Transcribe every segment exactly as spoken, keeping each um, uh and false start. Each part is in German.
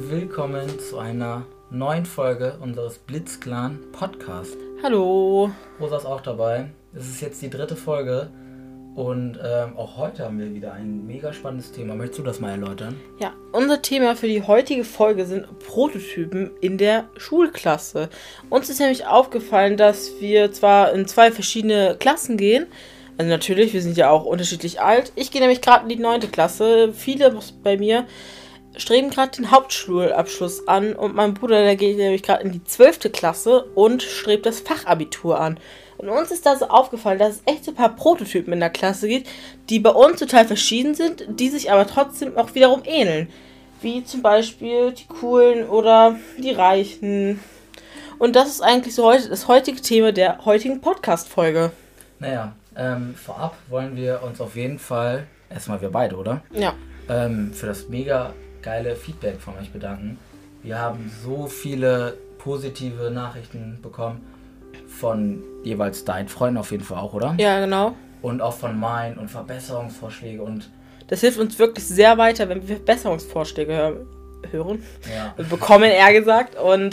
willkommen zu einer neuen Folge unseres Blitzclan Podcast. Hallo. Rosa ist auch dabei. Es ist jetzt die dritte Folge und ähm, auch heute haben wir wieder ein mega spannendes Thema. Möchtest du das mal erläutern? Ja, unser Thema für die heutige Folge sind Prototypen in der Schulklasse. Uns ist nämlich aufgefallen, dass wir zwar in zwei verschiedene Klassen gehen. Also natürlich, wir sind ja auch unterschiedlich alt. Ich gehe nämlich gerade in die neunte Klasse. Viele bei mir streben gerade den Hauptschulabschluss an. Und mein Bruder, der geht nämlich gerade in die zwölfte Klasse und strebt das Fachabitur an. Und uns ist da so aufgefallen, dass es echt so ein paar Prototypen in der Klasse gibt, die bei uns total verschieden sind, die sich aber trotzdem auch wiederum ähneln. Wie zum Beispiel die Coolen oder die Reichen. Und das ist eigentlich so heute das heutige Thema der heutigen Podcast-Folge. Naja, ähm, vorab wollen wir uns auf jeden Fall, erstmal wir beide, oder? Ja. Ähm, für das mega geile Feedback von euch bedanken. Wir haben so viele positive Nachrichten bekommen von jeweils deinen Freunden auf jeden Fall auch, oder? Ja, genau. Und auch von meinen und Verbesserungsvorschläge und... Das hilft uns wirklich sehr weiter, wenn wir Verbesserungsvorschläge hör- hören. Ja. Bekommen, eher gesagt. Und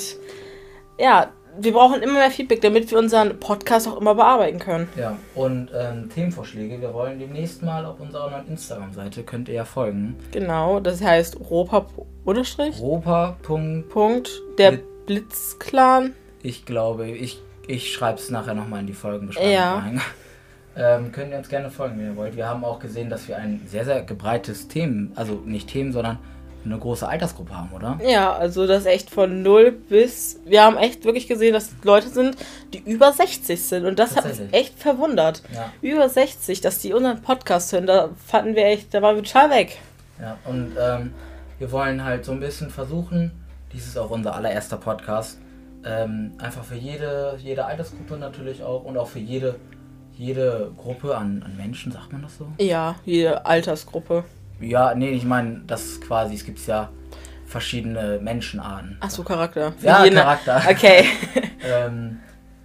ja, wir brauchen immer mehr Feedback, damit wir unseren Podcast auch immer bearbeiten können. Ja, und ähm, Themenvorschläge. Wir wollen demnächst mal auf unserer neuen Instagram-Seite, könnt ihr ja folgen. Genau, das heißt Ropa unterstrich Ropa. Punkt, Punkt der Blit- Blitzclan. Ich glaube, ich, ich schreibe es nachher nochmal in die Folgenbeschreibung Ja. rein. Ähm, könnt ihr uns gerne folgen, wenn ihr wollt. Wir haben auch gesehen, dass wir ein sehr, sehr gebreites Themen, also nicht Themen, sondern eine große Altersgruppe haben, oder? Ja, also das echt von null bis... Wir haben echt wirklich gesehen, dass Leute sind, die über sechzig sind. Und das hat uns Tatsächlich. echt verwundert. Ja. Über sechzig, dass die unseren Podcast hören, da fanden wir echt, da waren wir total weg. Ja, und ähm, wir wollen halt so ein bisschen versuchen, dies ist auch unser allererster Podcast, ähm, einfach für jede, jede Altersgruppe natürlich auch und auch für jede, jede Gruppe an, an Menschen, sagt man das so? Ja, jede Altersgruppe. Ja, nee, ich meine, das quasi, es gibt ja verschiedene Menschenarten. Ach so, Charakter. Für Ja, jeden- Charakter. Okay. ähm,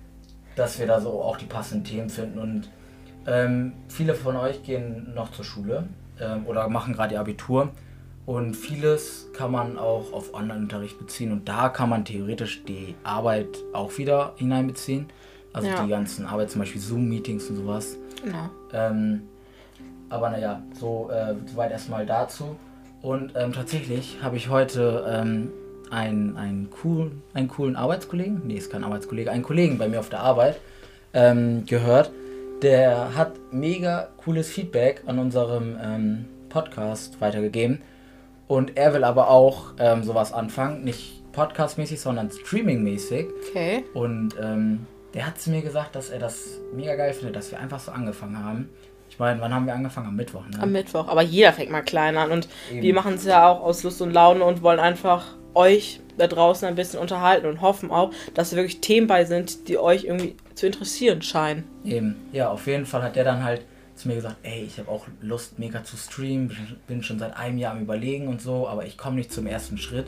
dass wir da so auch die passenden Themen finden und ähm, viele von euch gehen noch zur Schule ähm, oder machen gerade ihr Abitur und vieles kann man auch auf Online-Unterricht beziehen und da kann man theoretisch die Arbeit auch wieder hineinbeziehen, also Ja. die ganzen Arbeit, zum Beispiel Zoom-Meetings und sowas. Genau. Ähm, aber naja, so äh, soweit erstmal dazu. Und ähm, tatsächlich habe ich heute ähm, einen, einen, cool, einen coolen Arbeitskollegen, nee, ist kein Arbeitskollege, einen Kollegen bei mir auf der Arbeit ähm, gehört. Der hat mega cooles Feedback an unserem ähm, Podcast weitergegeben. Und er will aber auch ähm, sowas anfangen, nicht podcastmäßig, sondern streamingmäßig. Okay. Und ähm, der hat zu mir gesagt, dass er das mega geil findet, dass wir einfach so angefangen haben. Ich meine, wann haben wir angefangen? Am Mittwoch, ne? Am Mittwoch. Aber jeder fängt mal klein an. Und Eben. wir machen es ja auch aus Lust und Laune und wollen einfach euch da draußen ein bisschen unterhalten und hoffen auch, dass wirklich Themen bei sind, die euch irgendwie zu interessieren scheinen. Eben, ja, auf jeden Fall hat der dann halt zu mir gesagt, ey, ich habe auch Lust mega zu streamen, bin schon seit einem Jahr am Überlegen und so, aber ich komme nicht zum ersten Schritt.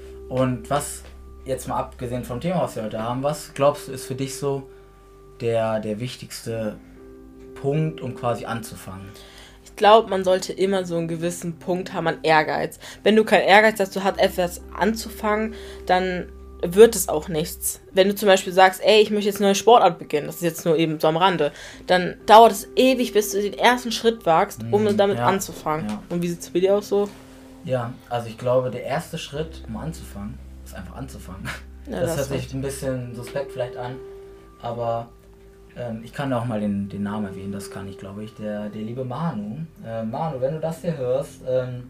Und was, jetzt mal abgesehen vom Thema, was wir heute haben, was glaubst du ist für dich so der, der wichtigste Punkt, um quasi anzufangen? Ich glaube, man sollte immer so einen gewissen Punkt haben an Ehrgeiz. Wenn du keinen Ehrgeiz hast, du hast etwas anzufangen, dann wird es auch nichts. Wenn du zum Beispiel sagst, ey, ich möchte jetzt eine neue Sportart beginnen, das ist jetzt nur eben so am Rande, dann dauert es ewig, bis du den ersten Schritt wagst, um Mhm, damit ja, anzufangen. ja. Und wie sieht es bei dir aus so? Ja, also ich glaube, der erste Schritt, um anzufangen, ist einfach anzufangen. Ja, das das hört sich recht. ein bisschen suspekt vielleicht an, aber ähm, ich kann auch mal den, den Namen erwähnen, das kann ich, glaube ich, der, der liebe Manu. Äh, Manu, wenn du das hier hörst, ähm,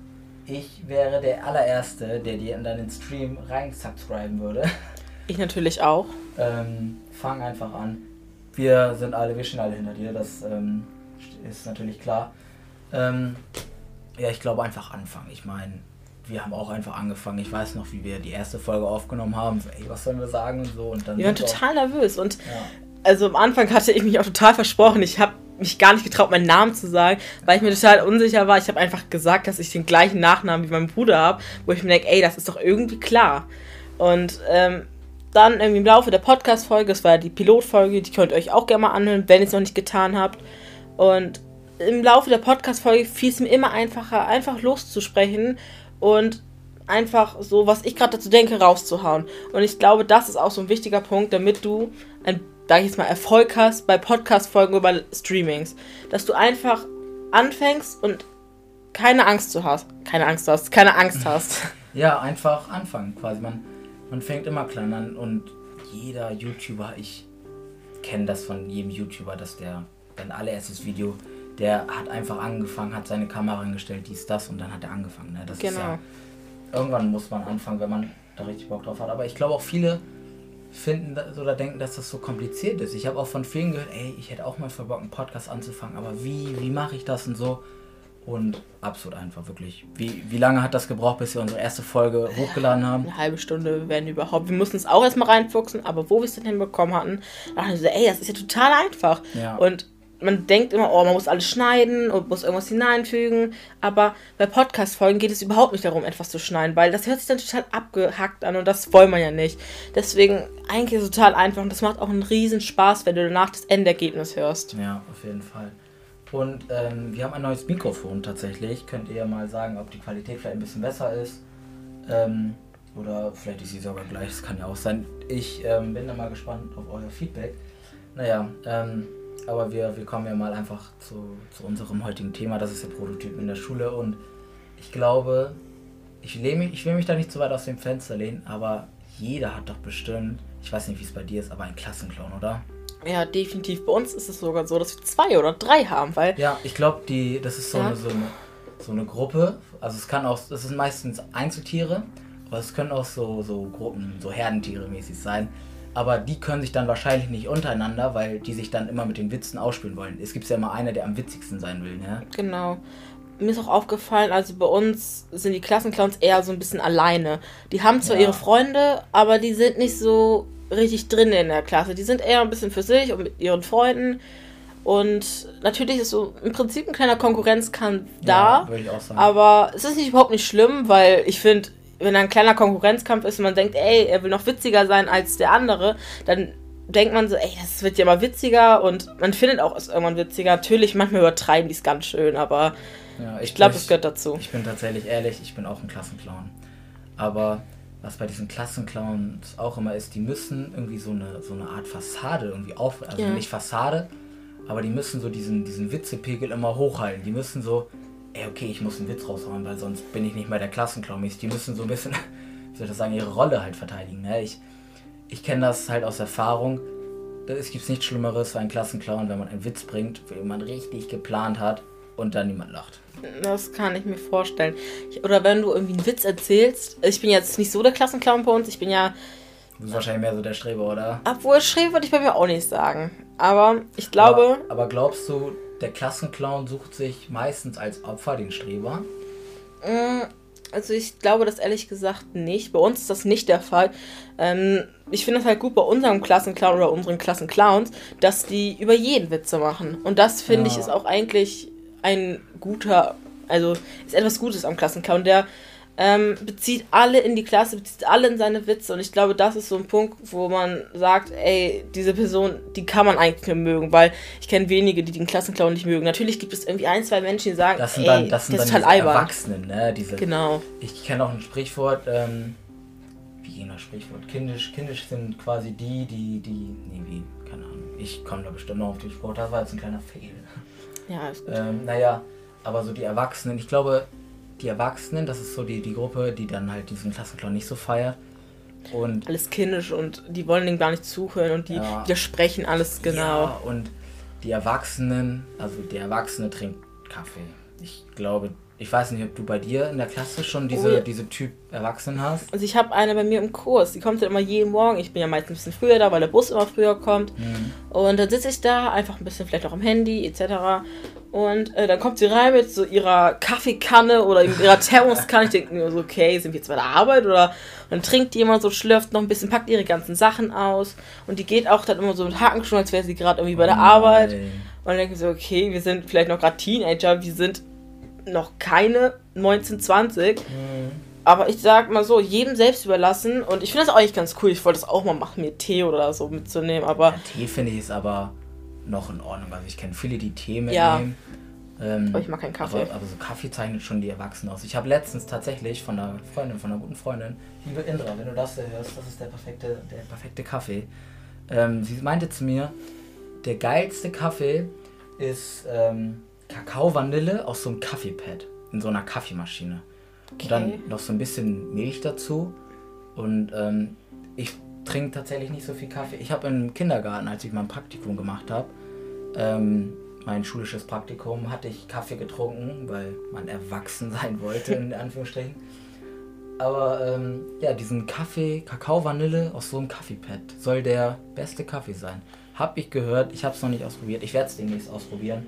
ich wäre der allererste, der dir in deinen Stream rein subscriben würde. Ich natürlich auch. ähm, fang einfach an. Wir sind alle, wir stehen alle hinter dir, das ähm, ist natürlich klar. Ähm, ja, ich glaube einfach anfangen. Ich meine, wir haben auch einfach angefangen. Ich weiß noch, wie wir die erste Folge aufgenommen haben. So, ey, was sollen wir sagen und so. Und dann Wir waren sind wir total nervös und auch, ja. also am Anfang hatte ich mich auch total versprochen. Ich habe mich gar nicht getraut, meinen Namen zu sagen, weil ich mir total unsicher war. Ich habe einfach gesagt, dass ich den gleichen Nachnamen wie mein Bruder habe, wo ich mir denke, ey, das ist doch irgendwie klar. Und ähm, dann irgendwie im Laufe der Podcast-Folge, das war ja die Pilotfolge, die könnt ihr euch auch gerne mal anhören, wenn ihr es noch nicht getan habt. Und im Laufe der Podcast-Folge fiel es mir immer einfacher, einfach loszusprechen und einfach so, was ich gerade dazu denke, rauszuhauen. Und ich glaube, das ist auch so ein wichtiger Punkt, damit du ein, sag ich jetzt mal, Erfolg hast bei Podcast-Folgen oder bei Streamings. Dass du einfach anfängst und keine Angst zu hast. Keine Angst hast. Keine Angst hast. Ja, einfach anfangen quasi. Man, man fängt immer klein an und jeder YouTuber, ich kenne das von jedem YouTuber, dass der, sein allererstes Video, der hat einfach angefangen, hat seine Kamera hingestellt, dies, das und dann hat er angefangen. Ne? Das genau. ist ja, irgendwann muss man anfangen, wenn man da richtig Bock drauf hat. Aber ich glaube auch viele finden das, oder denken, dass das so kompliziert ist. Ich habe auch von vielen gehört, ey, ich hätte auch mal voll Bock, einen Podcast anzufangen, aber wie, wie mache ich das und so? Und absolut einfach, wirklich. Wie, wie lange hat das gebraucht, bis wir unsere erste Folge hochgeladen haben? Eine halbe Stunde werden überhaupt. Wir mussten es auch erstmal reinfuchsen, aber wo wir es denn hinbekommen hatten, dachten wir so, ey, das ist ja total einfach. Ja. Und man denkt immer, oh, man muss alles schneiden und muss irgendwas hineinfügen. Aber bei Podcast-Folgen geht es überhaupt nicht darum, etwas zu schneiden, weil das hört sich dann total abgehackt an und das wollen wir ja nicht. Deswegen eigentlich ist es total einfach und das macht auch einen riesen Spaß, wenn du danach das Endergebnis hörst. Ja, auf jeden Fall. Und ähm, wir haben ein neues Mikrofon tatsächlich. Könnt ihr mal sagen, ob die Qualität vielleicht ein bisschen besser ist. Ähm, oder vielleicht ist sie sogar gleich, das kann ja auch sein. Ich ähm, bin dann mal gespannt auf euer Feedback. Naja, ähm, aber wir, wir kommen ja mal einfach zu, zu unserem heutigen Thema. Das ist der Prototyp in der Schule. Und ich glaube, ich, lehne mich, ich will mich da nicht zu weit aus dem Fenster lehnen, aber jeder hat doch bestimmt, ich weiß nicht, wie es bei dir ist, aber einen Klassenclown, oder? Ja, definitiv. Bei uns ist es sogar so, dass wir zwei oder drei haben, weil... Ja, ich glaube, die das ist so, ja. eine, so, eine, so eine Gruppe. Also es kann auch, das sind meistens Einzeltiere, aber es können auch so, so Gruppen, so Herdentiere mäßig sein. Aber die können sich dann wahrscheinlich nicht untereinander, weil die sich dann immer mit den Witzen ausspielen wollen. Es gibt ja immer einer, der am witzigsten sein will, ne? Genau. Mir ist auch aufgefallen, also bei uns sind die Klassenclowns eher so ein bisschen alleine. Die haben zwar Ja. ihre Freunde, aber die sind nicht so richtig drin in der Klasse. Die sind eher ein bisschen für sich und mit ihren Freunden. Und natürlich ist so im Prinzip ein kleiner Konkurrenzkampf da. Ja, würde ich auch sagen. Aber es ist nicht überhaupt nicht schlimm, weil ich finde, wenn da ein kleiner Konkurrenzkampf ist und man denkt, ey, er will noch witziger sein als der andere, dann denkt man so, ey, das wird ja mal witziger und man findet auch es irgendwann witziger. Natürlich, manchmal übertreiben die es ganz schön, aber ja, ich, ich glaube, es gehört dazu. Ich bin tatsächlich ehrlich, ich bin auch ein Klassenclown. Aber was bei diesen Klassenclowns auch immer ist, die müssen irgendwie so eine, so eine Art Fassade irgendwie auf... Also ja. nicht Fassade, aber die müssen so diesen, diesen Witzepegel immer hochhalten. Die müssen so, ey, okay, ich muss einen Witz raushauen, weil sonst bin ich nicht mehr der Klassenclown. Die müssen so ein bisschen, wie soll ich das sagen, ihre Rolle halt verteidigen. Ne? Ich, ich kenne das halt aus Erfahrung. Es gibt nichts Schlimmeres für einen Klassenclown, wenn man einen Witz bringt, den man richtig geplant hat und dann niemand lacht. Das kann ich mir vorstellen. Ich, oder wenn du irgendwie einen Witz erzählst. Ich bin jetzt nicht so der Klassenclown bei uns. Ich bin ja... Du bist wahrscheinlich mehr so der Streber, oder? Obwohl, Streber würde ich bei mir auch nicht sagen. Aber ich glaube... Aber, aber glaubst du, der Klassenclown sucht sich meistens als Opfer den Streber? Also ich glaube das ehrlich gesagt nicht. Bei uns ist das nicht der Fall. Ähm, ich finde es halt gut bei unserem Klassenclown oder unseren Klassenclowns, dass die über jeden Witze machen. Und das finde Ja. ich ist auch eigentlich ein guter, also ist etwas Gutes am Klassenclown. Der ähm, bezieht alle in die Klasse, bezieht alle in seine Witze. Und ich glaube, das ist so ein Punkt, wo man sagt, ey, diese Person, die kann man eigentlich nur mögen, weil ich kenne wenige, die den Klassenclown nicht mögen. Natürlich gibt es irgendwie ein, zwei Menschen, die sagen, Das sind ey, dann, das sind der dann ist total diese albern. Erwachsenen, ne? Diese, Genau. Ich kenne auch ein Sprichwort, ähm, wie ging das Sprichwort? Kindisch, kindisch sind quasi die, die, die, nee, wie, keine Ahnung. Ich komme da bestimmt noch auf den Spruch, das war jetzt ein kleiner Fail. Ja, ist gut. Ähm, naja, aber so die Erwachsenen, ich glaube, die Erwachsenen, das ist so die, die Gruppe, die dann halt diesen Klassenclown nicht so feiert. Und Alles kindisch und die wollen dem gar nicht zuhören und die Ja. widersprechen alles genau. Ja, und die Erwachsenen, also der Erwachsene trinkt Kaffee. Ich glaube, ich weiß nicht, ob du bei dir in der Klasse schon diese, Oh ja. diese Typ Erwachsenen hast. Also ich habe eine bei mir im Kurs, die kommt dann immer jeden Morgen. Ich bin ja meistens ein bisschen früher da, weil der Bus immer früher kommt. Mhm. Und dann sitze ich da, einfach ein bisschen vielleicht auch am Handy et cetera. Und äh, dann kommt sie rein mit so ihrer Kaffeekanne oder ihrer Thermoskanne. Ich denke mir so, okay, sind wir jetzt bei der Arbeit? Oder und dann trinkt die immer so, schlürft noch ein bisschen, packt ihre ganzen Sachen aus. Und die geht auch dann immer so mit Haken schon, als wäre sie gerade irgendwie bei der Oh Arbeit. nein. Und dann denke ich so, okay, wir sind vielleicht noch gerade Teenager, wir sind noch keine neunzehn, zwanzig. Mhm. Aber ich sag mal so, jedem selbst überlassen. Und ich finde das auch eigentlich ganz cool. Ich wollte das auch mal machen, mir Tee oder so mitzunehmen. Aber Ja, Tee finde ich ist aber noch in Ordnung. Also ich kenne viele, die Tee Ja. mitnehmen. Ähm, aber ich mag keinen Kaffee. Aber, aber so Kaffee zeichnet schon die Erwachsenen aus. Ich habe letztens tatsächlich von einer Freundin, von einer guten Freundin, liebe Indra, wenn du das hier hörst, das ist der perfekte, der perfekte Kaffee. Ähm, sie meinte zu mir, der geilste Kaffee ist ähm, Kakao-Vanille aus so einem Kaffeepad, in so einer Kaffeemaschine. Okay. Und dann noch so ein bisschen Milch dazu. Und ähm, ich trinke tatsächlich nicht so viel Kaffee. Ich habe im Kindergarten, als ich mein Praktikum gemacht habe, ähm, mein schulisches Praktikum, hatte ich Kaffee getrunken, weil man erwachsen sein wollte, in Anführungsstrichen. Aber ähm, ja, diesen Kaffee, Kakao-Vanille aus so einem Kaffeepad soll der beste Kaffee sein. Hab ich gehört, ich habe es noch nicht ausprobiert. Ich werde es demnächst ausprobieren.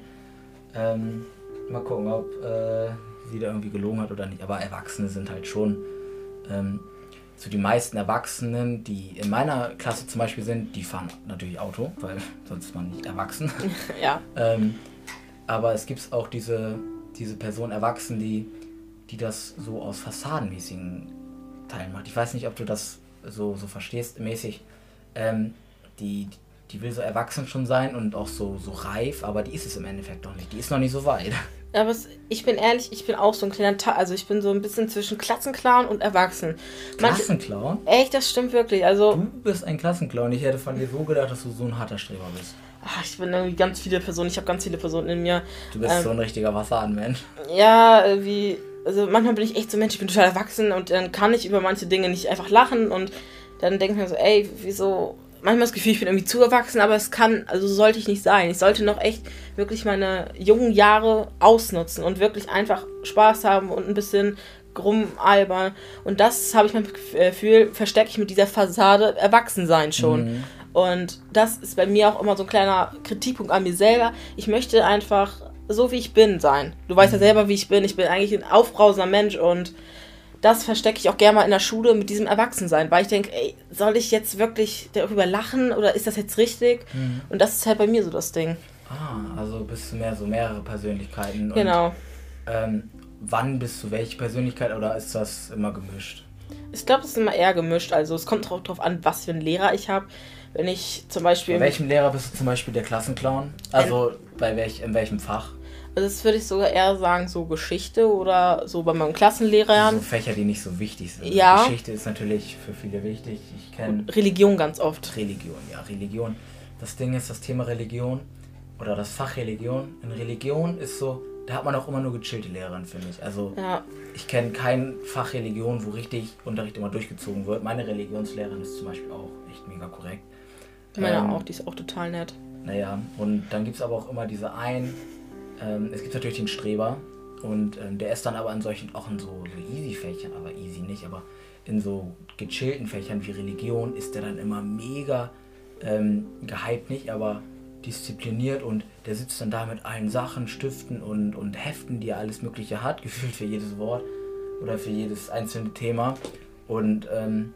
Ähm, mal gucken, ob äh, sie da irgendwie gelogen hat oder nicht. Aber Erwachsene sind halt schon... Ähm, so die meisten Erwachsenen, die in meiner Klasse zum Beispiel sind, die fahren natürlich Auto, weil sonst ist man nicht erwachsen. Ja. ähm, aber es gibt auch diese, diese Personen, Erwachsenen, die, die das so aus fassadenmäßigen Teilen macht. Ich weiß nicht, ob du das so, so verstehst, mäßig. Ähm, die, die will so erwachsen schon sein und auch so, so reif, aber die ist es im Endeffekt noch nicht. Die ist noch nicht so weit. Aber es, ich bin ehrlich, ich bin auch so ein kleiner Ta- also ich bin so ein bisschen zwischen Klassenclown und Erwachsen. Klassenclown? Echt, das stimmt wirklich. Also du bist ein Klassenclown. Ich hätte von dir so gedacht, dass du so ein harter Streber bist. Ach, ich bin irgendwie ganz viele Personen, ich habe ganz viele Personen in mir. Du bist ähm, so ein richtiger Fassadenmensch. Ja, wie, also manchmal bin ich echt so ein Mensch, ich bin total erwachsen und dann kann ich über manche Dinge nicht einfach lachen und dann denke ich mir so, ey, wieso... Manchmal das Gefühl, ich bin irgendwie zu erwachsen, aber es kann, also sollte ich nicht sein. Ich sollte noch echt wirklich meine jungen Jahre ausnutzen und wirklich einfach Spaß haben und ein bisschen rumalbern. Und das habe ich mein Gefühl, verstecke ich mit dieser Fassade Erwachsensein schon. Mhm. Und das ist bei mir auch immer so ein kleiner Kritikpunkt an mir selber. Ich möchte einfach so, wie ich bin, sein. Du weißt ja selber, wie ich bin. Ich bin eigentlich ein aufbrausender Mensch und das verstecke ich auch gerne mal in der Schule mit diesem Erwachsensein, weil ich denke, ey, soll ich jetzt wirklich darüber lachen oder ist das jetzt richtig? Mhm. Und das ist halt bei mir so das Ding. Ah, also bist du mehr so mehrere Persönlichkeiten. Genau. Und, ähm, wann bist du welche Persönlichkeit oder ist das immer gemischt? Ich glaube, es ist immer eher gemischt. Also es kommt auch drauf an, was für einen Lehrer ich habe. Wenn ich zum Beispiel... Bei welchem Lehrer bist du zum Beispiel der Klassenclown? Also bei welch, in welchem Fach? Also das würde ich sogar eher sagen, so Geschichte oder so bei meinem Klassenlehrer. So Fächer, die nicht so wichtig sind. Ja. Geschichte ist natürlich für viele wichtig. Ich kenne Religion ganz oft. Religion, ja, Religion. Das Ding ist, das Thema Religion oder das Fach Religion. In Religion ist so, da hat man auch immer nur gechillte Lehrerin, finde ich. Also ja. Ich kenne kein Fach Religion, wo richtig Unterricht immer durchgezogen wird. Meine Religionslehrerin ist zum Beispiel auch echt mega korrekt. Meine ähm, auch, die ist auch total nett. Naja, und dann gibt es aber auch immer diese ein... Ähm, es gibt natürlich den Streber und ähm, der ist dann aber in solchen, auch in so, so Easy-Fächern, aber easy nicht, aber in so gechillten Fächern wie Religion ist der dann immer mega ähm, gehypt, nicht, aber diszipliniert und der sitzt dann da mit allen Sachen, Stiften und, und Heften, die er alles Mögliche hat, gefühlt für jedes Wort oder für jedes einzelne Thema. Und ähm,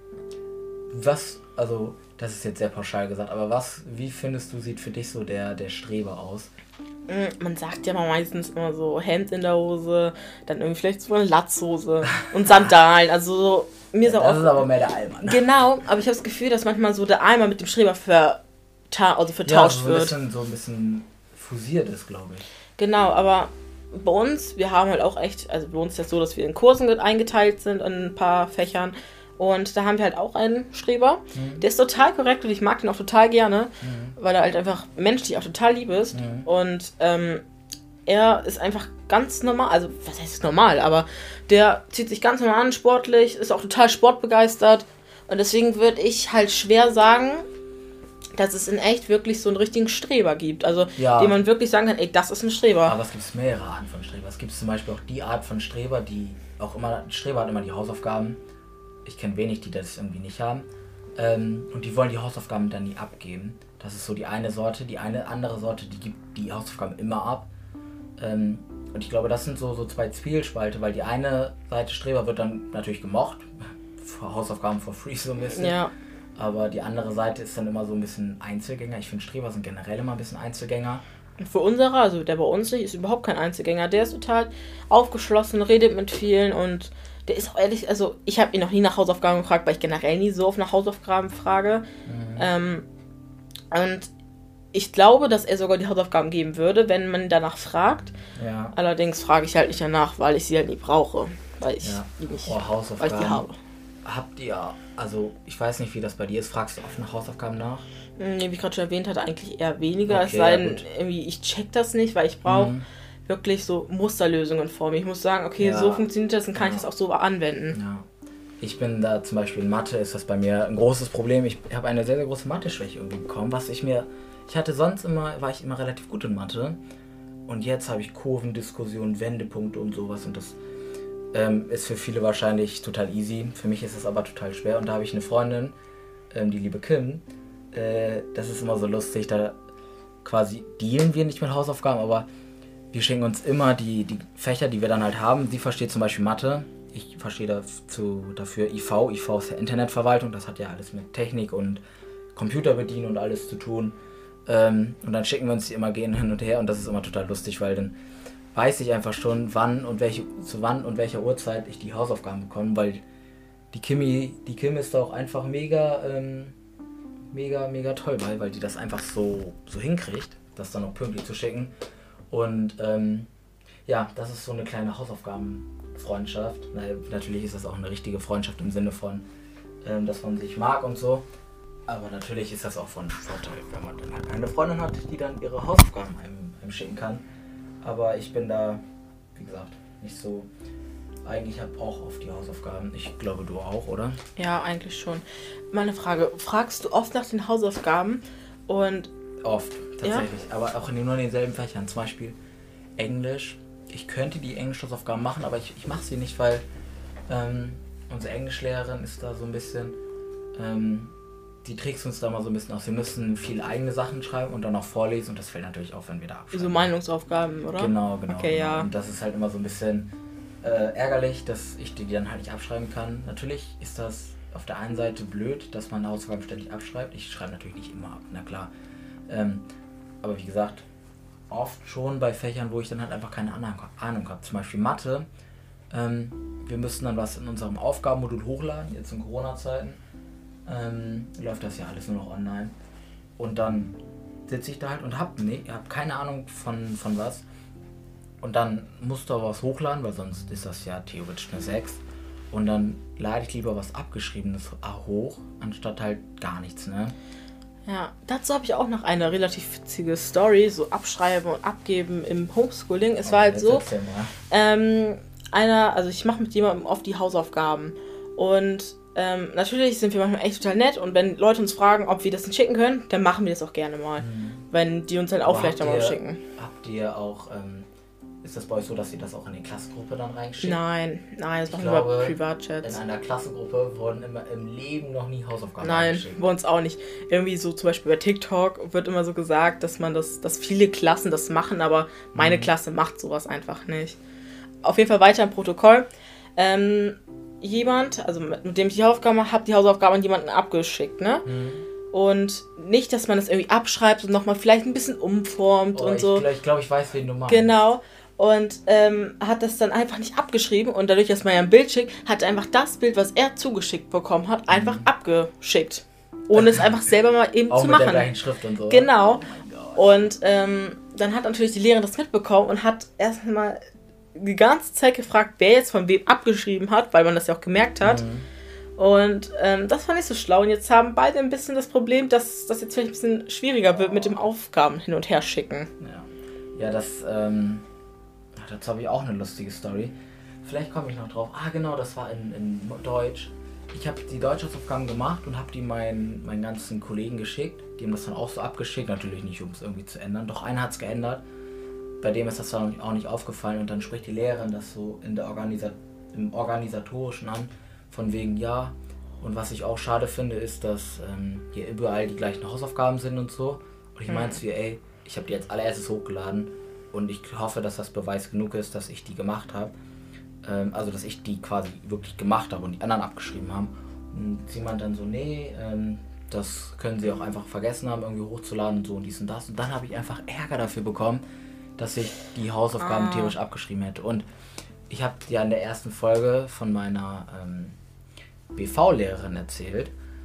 was, also das ist jetzt sehr pauschal gesagt, aber was, wie findest du, sieht für dich so der, der Streber aus? Man sagt ja mal meistens immer so Hemd in der Hose, dann irgendwie vielleicht so eine Latzhose und Sandalen. Also so, mir ist auch das ist aber mehr der Allmann. Genau, aber ich habe das Gefühl, dass manchmal so der Allmann mit dem Streber verta- also vertauscht ja, so wird. Bisschen, so ein bisschen fusiert ist, glaube ich. Genau, aber bei uns, wir haben halt auch echt, also bei uns ist das so, dass wir in Kursen eingeteilt sind in ein paar Fächern. Und da haben wir halt auch einen Streber. Mhm. Der ist total korrekt und ich mag den auch total gerne, mhm. weil er halt einfach menschlich auch total lieb ist. Mhm. Und ähm, er ist einfach ganz normal, also was heißt normal, aber der zieht sich ganz normal an, sportlich, ist auch total sportbegeistert. Und deswegen würde ich halt schwer sagen, dass es in echt wirklich so einen richtigen Streber gibt. Also, ja. Den man wirklich sagen kann, ey, das ist ein Streber. Aber es gibt mehrere Arten von Streber. Es gibt zum Beispiel auch die Art von Streber, die auch immer, Streber hat immer die Hausaufgaben. Ich kenne wenig, die das irgendwie nicht haben. Ähm, und die wollen die Hausaufgaben dann nie abgeben. Das ist so die eine Sorte. Die eine andere Sorte, die gibt die Hausaufgaben immer ab. Ähm, und ich glaube, das sind so, so zwei Zwielspalte, weil die eine Seite Streber wird dann natürlich gemocht. Hausaufgaben for free so ein bisschen. Ja. Aber die andere Seite ist dann immer so ein bisschen Einzelgänger. Ich finde, Streber sind generell immer ein bisschen Einzelgänger. Und für unsere, also der bei uns nicht, ist überhaupt kein Einzelgänger. Der ist total aufgeschlossen, redet mit vielen und der ist auch ehrlich, also ich habe ihn noch nie nach Hausaufgaben gefragt, weil ich generell nie so oft nach Hausaufgaben frage. Mhm. Ähm, und ich glaube, dass er sogar die Hausaufgaben geben würde, wenn man danach fragt. Ja. Allerdings frage ich halt nicht danach, weil ich sie halt nie brauche. Weil ich Ja. die nicht, Oh, Hausaufgaben. weil ich die habe. Habt ihr, also ich weiß nicht, wie das bei dir ist, fragst du oft nach Hausaufgaben nach? Hm, wie ich gerade schon erwähnt hatte, eigentlich eher weniger. Okay, es sei ja, denn, gut. irgendwie, ich check das nicht, weil ich brauche Mhm. wirklich so Musterlösungen vor mir. Ich muss sagen, okay, Ja. so funktioniert das, dann kann Ja. ich das auch so anwenden. Ja. Ich bin da zum Beispiel in Mathe, ist das bei mir ein großes Problem. Ich habe eine sehr, sehr große Mathe-Schwäche irgendwie bekommen, was ich mir, ich hatte sonst immer, war ich immer relativ gut in Mathe und jetzt habe ich Kurven, Diskussionen, Wendepunkte und sowas und das ähm, ist für viele wahrscheinlich total easy. Für mich ist es aber total schwer und da habe ich eine Freundin, ähm, die liebe Kim, äh, das ist immer so lustig, da quasi dealen wir nicht mit Hausaufgaben, aber wir schenken uns immer die, die Fächer, die wir dann halt haben. Sie versteht zum Beispiel Mathe. Ich verstehe dazu, dafür I V. I V ist ja Internetverwaltung. Das hat ja alles mit Technik und Computer bedienen und alles zu tun. Ähm, und dann schicken wir uns die immer gehen hin und her. Und das ist immer total lustig, weil dann weiß ich einfach schon, wann und welche, zu wann und welcher Uhrzeit ich die Hausaufgaben bekomme. Weil die Kimi, die Kim ist da auch einfach mega, ähm, mega, mega toll bei, weil die das einfach so, so hinkriegt, das dann auch pünktlich zu schicken. Und ähm, ja, das ist so eine kleine Hausaufgabenfreundschaft. Na, natürlich ist das auch eine richtige Freundschaft im Sinne von, ähm, dass man sich mag und so. Aber natürlich ist das auch von Vorteil, wenn man dann halt eine Freundin hat, die dann ihre Hausaufgaben einem, einem schicken kann. Aber ich bin da, wie gesagt, nicht so. Eigentlich habe auch auf die Hausaufgaben. Ich glaube, du auch, oder? Ja, eigentlich schon. Meine Frage, fragst du oft nach den Hausaufgaben und Oft, tatsächlich. Ja? Aber auch in nur in denselben Fächern. Zum Beispiel Englisch. Ich könnte die Englisch-Hausaufgaben machen, aber ich, ich mache sie nicht, weil ähm, unsere Englischlehrerin ist da so ein bisschen, ähm, die trägt uns da mal so ein bisschen aus. Wir müssen viele eigene Sachen schreiben und dann auch vorlesen und das fällt natürlich auf, wenn wir da abschreiben. so Meinungsaufgaben, oder? Genau, genau. Okay, genau. ja. Und das ist halt immer so ein bisschen äh, ärgerlich, dass ich die dann halt nicht abschreiben kann. Natürlich ist das auf der einen Seite blöd, dass man Hausaufgaben ständig abschreibt. Ich schreibe natürlich nicht immer ab, na klar. Ähm, aber wie gesagt, oft schon bei Fächern, wo ich dann halt einfach keine Ahnung, Ahnung habe. Zum Beispiel Mathe. Ähm, wir müssen dann was in unserem Aufgabenmodul hochladen, jetzt in Corona-Zeiten. Ähm, läuft das ja alles nur noch online. Und dann sitze ich da halt und hab, nee, hab keine Ahnung von, von was. Und dann musst du aber was hochladen, weil sonst ist das ja theoretisch eine sechs. Und dann lade ich lieber was Abgeschriebenes hoch, anstatt halt gar nichts, ne? Ja, dazu habe ich auch noch eine relativ witzige Story, so abschreiben und abgeben im Homeschooling. Es war halt so, ähm, einer, also ich mache mit jemandem oft die Hausaufgaben und ähm, natürlich sind wir manchmal echt total nett und wenn Leute uns fragen, ob wir das denn schicken können, dann machen wir das auch gerne mal, mhm. wenn die uns dann auch Aber vielleicht nochmal schicken. Habt ihr auch, ähm, ist das bei euch so, dass ihr das auch in die Klassengruppe dann reinschickt? Nein, nein, das ich machen glaube, wir über Privatchats. In einer Klassengruppe wurden immer im Leben noch nie Hausaufgaben Nein, bei uns auch nicht. Irgendwie so zum Beispiel bei TikTok wird immer so gesagt, dass man das, dass viele Klassen das machen, aber meine mhm. Klasse macht sowas einfach nicht. Auf jeden Fall weiter im Protokoll. Ähm, jemand, also mit, mit dem ich die Hausaufgaben habe, hat die Hausaufgaben an jemanden abgeschickt, ne? Mhm. Und nicht, dass man das irgendwie abschreibt und nochmal vielleicht ein bisschen umformt oh, und ich so. Glaub, ich glaube, ich weiß, wen du meinst. Genau. Und ähm, hat das dann einfach nicht abgeschrieben und dadurch, dass man ja ein Bild schickt, hat er einfach das Bild, was er zugeschickt bekommen hat, einfach mhm. abgeschickt. Ohne es einfach selber mal eben auch zu mit machen. Der gleichen Schrift und so. Genau. Oh und ähm, dann hat natürlich die Lehrerin das mitbekommen und hat erstmal die ganze Zeit gefragt, wer jetzt von wem abgeschrieben hat, weil man das ja auch gemerkt hat. Mhm. Und ähm, das fand ich so schlau. Und jetzt haben beide ein bisschen das Problem, dass das jetzt vielleicht ein bisschen schwieriger wird mit dem Aufgaben hin und her schicken. Ja, ja das... Ähm Dazu habe ich auch eine lustige Story. Vielleicht komme ich noch drauf. Ah, genau, das war in, in Deutsch. Ich habe die Deutschhausaufgaben gemacht und habe die meinen, meinen ganzen Kollegen geschickt. Die haben das dann auch so abgeschickt. Natürlich nicht, um es irgendwie zu ändern. Doch einer hat es geändert. Bei dem ist das dann auch nicht aufgefallen. Und dann spricht die Lehrerin das so in der Organisa- im Organisatorischen an. Von wegen, ja. Und was ich auch schade finde, ist, dass ähm, hier überall die gleichen Hausaufgaben sind und so. Und ich meinte zu ihr, ey, ich habe die jetzt allererstes hochgeladen. Und ich hoffe, dass das Beweis genug ist, dass ich die gemacht habe. Ähm, also, dass ich die quasi wirklich gemacht habe und die anderen abgeschrieben haben. Und sie meint dann so, nee, ähm, das können sie auch einfach vergessen haben, irgendwie hochzuladen und so und dies und das. Und dann habe ich einfach Ärger dafür bekommen, dass ich die Hausaufgaben ah. theoretisch abgeschrieben hätte. Und ich habe ja in der ersten Folge von meiner ähm, B V-Lehrerin erzählt.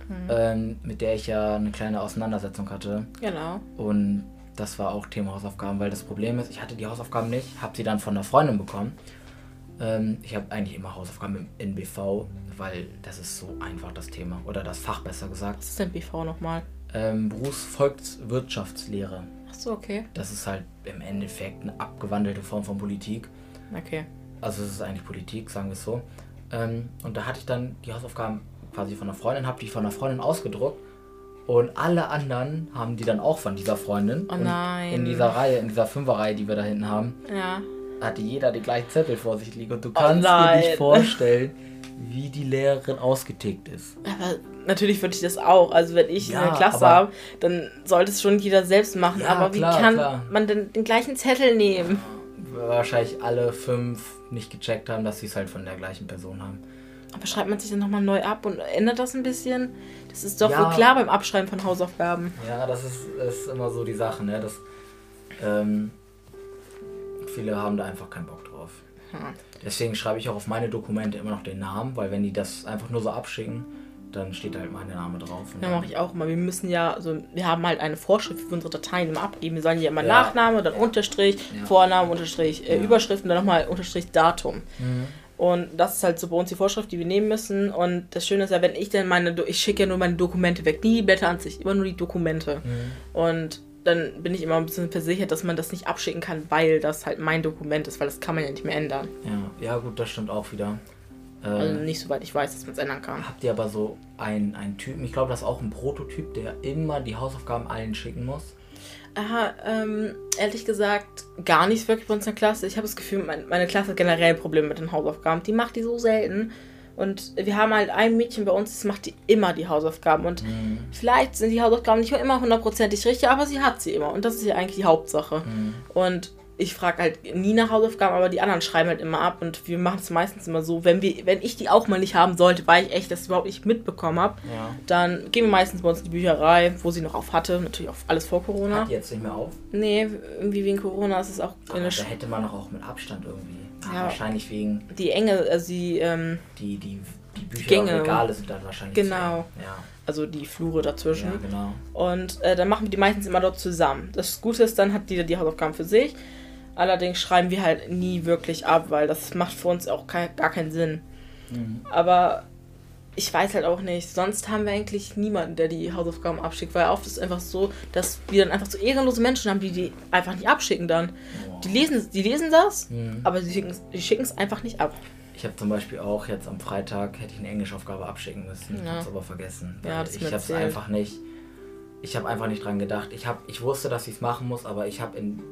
mhm. ähm, mit der ich ja eine kleine Auseinandersetzung hatte. Genau. Und das war auch Thema Hausaufgaben, weil das Problem ist, ich hatte die Hausaufgaben nicht, habe sie dann von einer Freundin bekommen. Ähm, ich habe eigentlich immer Hausaufgaben in B V, weil das ist so einfach das Thema. Oder das Fach besser gesagt. Was ist denn B V nochmal? Ähm, Berufsvolkswirtschaftslehre. Ach so, okay. Das ist halt im Endeffekt eine abgewandelte Form von Politik. Okay. Also es ist eigentlich Politik, sagen wir es so. Ähm, und da hatte ich dann die Hausaufgaben quasi von einer Freundin, habe die von einer Freundin ausgedruckt. Und alle anderen haben die dann auch von dieser Freundin. Oh nein. Und in dieser Reihe, in dieser Fünferreihe, die wir da hinten haben, ja. hatte jeder die gleichen Zettel vor sich liegen. Und du Oh kannst nein. dir nicht vorstellen, wie die Lehrerin ausgetickt ist. Aber natürlich würde ich das auch. Also wenn ich Ja, eine Klasse habe, dann sollte es schon jeder selbst machen. Ja, aber wie klar, kann klar. man denn den gleichen Zettel nehmen? Wahrscheinlich alle fünf nicht gecheckt haben, dass sie es halt von der gleichen Person haben. Aber schreibt man sich dann nochmal neu ab und ändert das ein bisschen? Das ist doch Ja. wohl klar beim Abschreiben von Hausaufgaben. Ja, das ist, ist immer so die Sache, ne? Das, ähm, viele haben da einfach keinen Bock drauf. Hm. Deswegen schreibe ich auch auf meine Dokumente immer noch den Namen, weil wenn die das einfach nur so abschicken, dann steht halt mein Name drauf. Und Ja, dann- mache ich auch immer. Wir müssen ja, also wir haben halt eine Vorschrift für unsere Dateien immer abgeben. Wir sollen ja immer Ja. Nachname, dann Unterstrich, Ja. Vorname, Unterstrich, äh, Ja. Überschrift und dann nochmal Unterstrich Datum. Mhm. Und das ist halt so bei uns die Vorschrift, die wir nehmen müssen. Und das Schöne ist ja, wenn ich dann meine, Do- ich schicke ja nur meine Dokumente weg, nie die Blätter an sich, immer nur die Dokumente. Mhm. Und dann bin ich immer ein bisschen versichert, dass man das nicht abschicken kann, weil das halt mein Dokument ist, weil das kann man ja nicht mehr ändern. Ja, ja gut, das stimmt auch wieder. Äh, Also nicht soweit ich weiß, dass man es ändern kann. Habt ihr aber so einen, einen Typen, ich glaube, das ist auch ein Prototyp, der immer die Hausaufgaben allen schicken muss? Aha, ähm, ehrlich gesagt, gar nichts wirklich bei uns in der Klasse. Ich habe das Gefühl, mein, meine Klasse hat generell ein Problem mit den Hausaufgaben. Die macht die so selten. Und wir haben halt ein Mädchen bei uns, das macht die immer die Hausaufgaben. Und Mhm. vielleicht sind die Hausaufgaben nicht immer hundertprozentig richtig, aber sie hat sie immer. Und das ist ja eigentlich die Hauptsache. Mhm. Und ich frage halt nie nach Hausaufgaben, aber die anderen schreiben halt immer ab. Und wir machen es meistens immer so, wenn wir, wenn ich die auch mal nicht haben sollte, weil ich echt das überhaupt nicht mitbekommen habe, Ja. dann gehen wir meistens bei uns in die Bücherei, wo sie noch auf hatte. Natürlich auch alles vor Corona. Hat die jetzt nicht mehr auf? Nee, irgendwie wegen Corona ist es auch Aber eine da Sch- hätte man doch auch mit Abstand irgendwie. Ah, Ja. Wahrscheinlich wegen die Enge, also die, ähm, die, die, die Bücher Gänge. Regale sind dann wahrscheinlich Genau. zu eng. Ja. also die Flure dazwischen. Ja, genau. Und äh, dann machen wir die meistens immer dort zusammen. Das Gute ist, dann hat jeder die Hausaufgaben für sich. Allerdings schreiben wir halt nie wirklich ab, weil das macht für uns auch kein, gar keinen Sinn. Mhm. Aber ich weiß halt auch nicht. Sonst haben wir eigentlich niemanden, der die Hausaufgaben abschickt, weil oft ist es einfach so, dass wir dann einfach so ehrenlose Menschen haben, die die einfach nicht abschicken dann. Boah. Die lesen, die lesen das, Mhm. aber sie schicken die schicken es einfach nicht ab. Ich habe zum Beispiel auch jetzt am Freitag hätte ich eine Englischaufgabe abschicken müssen. Ich Ja. habe es aber vergessen. Ja, weil das ist ich mir habe es erzählt. einfach nicht. Ich habe einfach nicht dran gedacht. Ich habe, ich wusste, dass ich es machen muss, aber ich habe in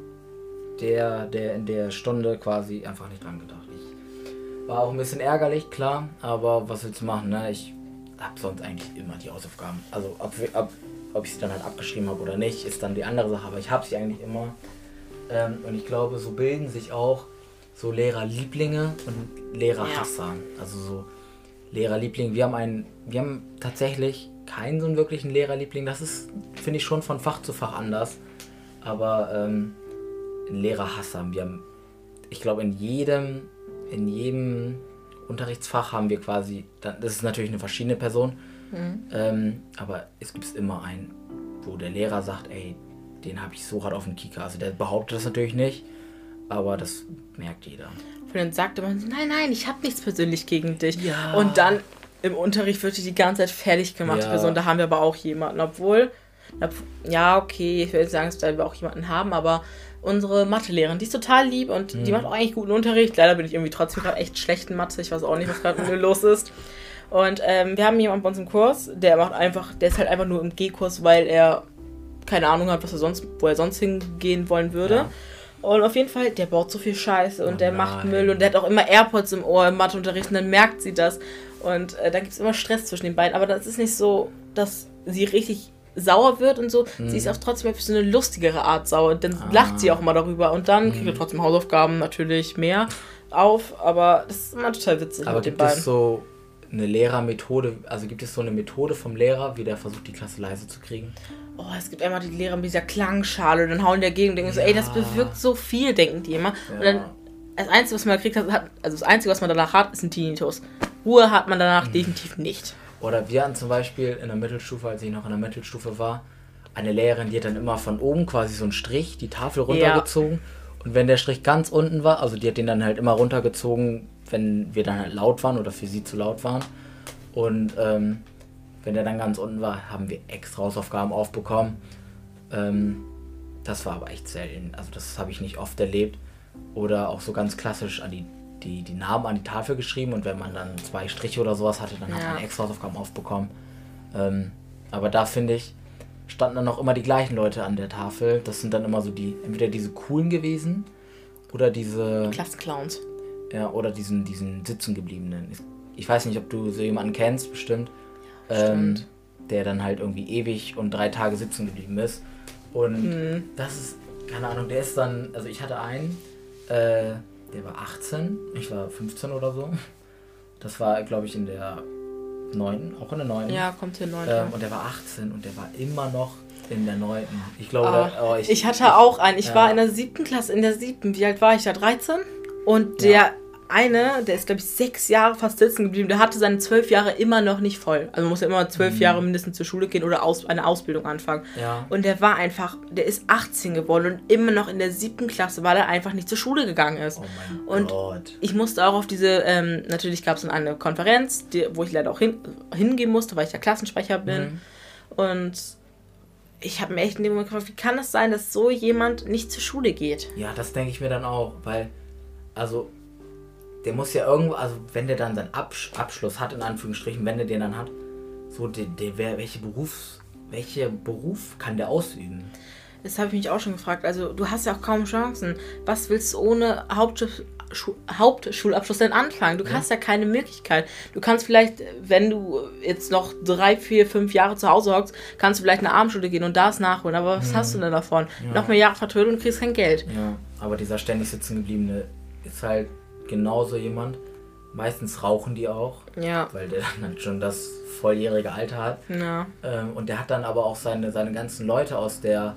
der, der, in der Stunde quasi einfach nicht dran gedacht. Ich war auch ein bisschen ärgerlich, klar, aber was willst du machen, ne? Ich habe sonst eigentlich immer die Hausaufgaben. Also ob, wir- ob, ob ich sie dann halt abgeschrieben habe oder nicht, ist dann die andere Sache, aber ich habe sie eigentlich immer. Ähm, und ich glaube, so bilden sich auch so Lehrerlieblinge und Lehrerhasser. Also so Lehrerliebling. Wir haben einen, wir haben tatsächlich keinen so einen wirklichen Lehrerliebling. Das ist, finde ich, schon von Fach zu Fach anders. Aber ähm, einen Lehrerhasser. Wir haben, ich glaube, in jedem, in jedem Unterrichtsfach haben wir quasi, das ist natürlich eine verschiedene Person, Mhm. ähm, aber es gibt immer einen, wo der Lehrer sagt, ey, den habe ich so hart auf den Kieker. Also der behauptet das natürlich nicht, aber das merkt jeder. Und dann sagte man, nein, nein, ich habe nichts persönlich gegen dich. Ja. Und dann im Unterricht wird die die ganze Zeit fertig gemacht, die Ja. Person. Da haben wir aber auch jemanden, obwohl, na, ja, okay, ich will jetzt sagen, dass wir auch jemanden haben, aber unsere Mathelehrerin, die ist total lieb und die macht auch eigentlich guten Unterricht. Leider bin ich irgendwie trotzdem gerade echt schlecht in Mathe. Ich weiß auch nicht, was gerade mit mir los ist. Und ähm, wir haben jemanden bei uns im Kurs, der macht einfach, der ist halt einfach nur im G-Kurs, weil er keine Ahnung hat, was er sonst, wo er sonst hingehen wollen würde. Ja. Und auf jeden Fall, der baut so viel Scheiße und Oh der macht nein. Müll und der hat auch immer AirPods im Ohr im Matheunterricht und dann merkt sie das. Und äh, da gibt es immer Stress zwischen den beiden. Aber das ist nicht so, dass sie richtig sauer wird und so. Mhm. Sie ist auch trotzdem auf so eine lustigere Art sauer. Und dann Ah. lacht sie auch mal darüber. Und dann kriegt er Mhm. trotzdem Hausaufgaben natürlich mehr auf. Aber das ist immer total witzig Aber mit den gibt es beiden. so eine Lehrermethode, also gibt es so eine Methode vom Lehrer, wie der versucht, die Klasse leise zu kriegen? Oh, es gibt immer die Lehrer mit dieser Klangschale und dann hauen die dagegen und denken so, ey, das Ja. bewirkt so viel, denken die immer. Und Ja. dann, das Einzige, was man gekriegt hat, hat, also das Einzige, was man danach hat, ist ein Tinnitus. Ruhe hat man danach definitiv nicht. Oder wir hatten zum Beispiel in der Mittelstufe, als ich noch in der Mittelstufe war, eine Lehrerin, die hat dann immer von oben quasi so einen Strich, die Tafel runtergezogen. Ja. Und wenn der Strich ganz unten war, also die hat den dann halt immer runtergezogen, wenn wir dann halt laut waren oder für sie zu laut waren. Und ähm, wenn der dann ganz unten war, haben wir extra Hausaufgaben aufbekommen. Ähm, das war aber echt selten. Also das habe ich nicht oft erlebt. Oder auch so ganz klassisch an die, die, die Namen an die Tafel geschrieben. Und wenn man dann zwei Striche oder sowas hatte, dann ja. hat man extra Hausaufgaben aufbekommen. Ähm, aber da finde ich, standen dann auch immer die gleichen Leute an der Tafel. Das sind dann immer so die, entweder diese coolen gewesen oder diese... Klassenclowns. Ja, oder diesen, diesen sitzengebliebenen. Ich weiß nicht, ob du so jemanden kennst, bestimmt. Ja, ähm, der dann halt irgendwie ewig und drei Tage sitzen geblieben ist. Und mhm. das ist, keine Ahnung, der ist dann, also ich hatte einen, äh, der war achtzehn, ich war fünfzehn oder so. Das war, glaube ich, in der neunten, auch in der neunten. Ja, kommt hier neunten. Ähm, und der war achtzehn und der war immer noch in der neunten. Ich glaube, ah, der, oh, ich, ich hatte ich, auch einen. Ich ja. war in der siebten Klasse, in der siebten. Wie alt war ich da? dreizehn? Und der ja. eine, der ist, glaube ich, sechs Jahre fast sitzen geblieben. Der hatte seine zwölf Jahre immer noch nicht voll. Also man muss ja immer zwölf mhm. Jahre mindestens zur Schule gehen oder aus, eine Ausbildung anfangen. Ja. Und der war einfach, der ist achtzehn geworden und immer noch in der siebten Klasse, weil er einfach nicht zur Schule gegangen ist. Oh mein und Gott. Ich musste auch auf diese, ähm, natürlich gab es dann eine Konferenz, die, wo ich leider auch hin, hingehen musste, weil ich ja Klassensprecher bin. Mhm. Und ich habe mir echt in dem Moment gefragt, wie kann es sein, dass so jemand nicht zur Schule geht? Ja, das denke ich mir dann auch, weil, also... Der muss ja irgendwo, also wenn der dann seinen Absch- Abschluss hat, in Anführungsstrichen, wenn der den dann hat, so, der, der, wer, welche Berufs, welche Beruf kann der ausüben? Das habe ich mich auch schon gefragt. Also du hast ja auch kaum Chancen. Was willst du ohne Hauptschul- Schu- Hauptschulabschluss denn anfangen? Du ja. hast ja keine Möglichkeit. Du kannst vielleicht, wenn du jetzt noch drei, vier, fünf Jahre zu Hause hockst, kannst du vielleicht in eine Abendschule gehen und das nachholen. Aber was hm. hast du denn davon? Ja. Noch mehr Jahre Vertrödung und du kriegst kein Geld. Ja, aber dieser ständig sitzen gebliebene ist halt genauso jemand. Meistens rauchen die auch, ja. weil der dann schon das volljährige Alter hat. Ja. Ähm, und der hat dann aber auch seine, seine ganzen Leute aus der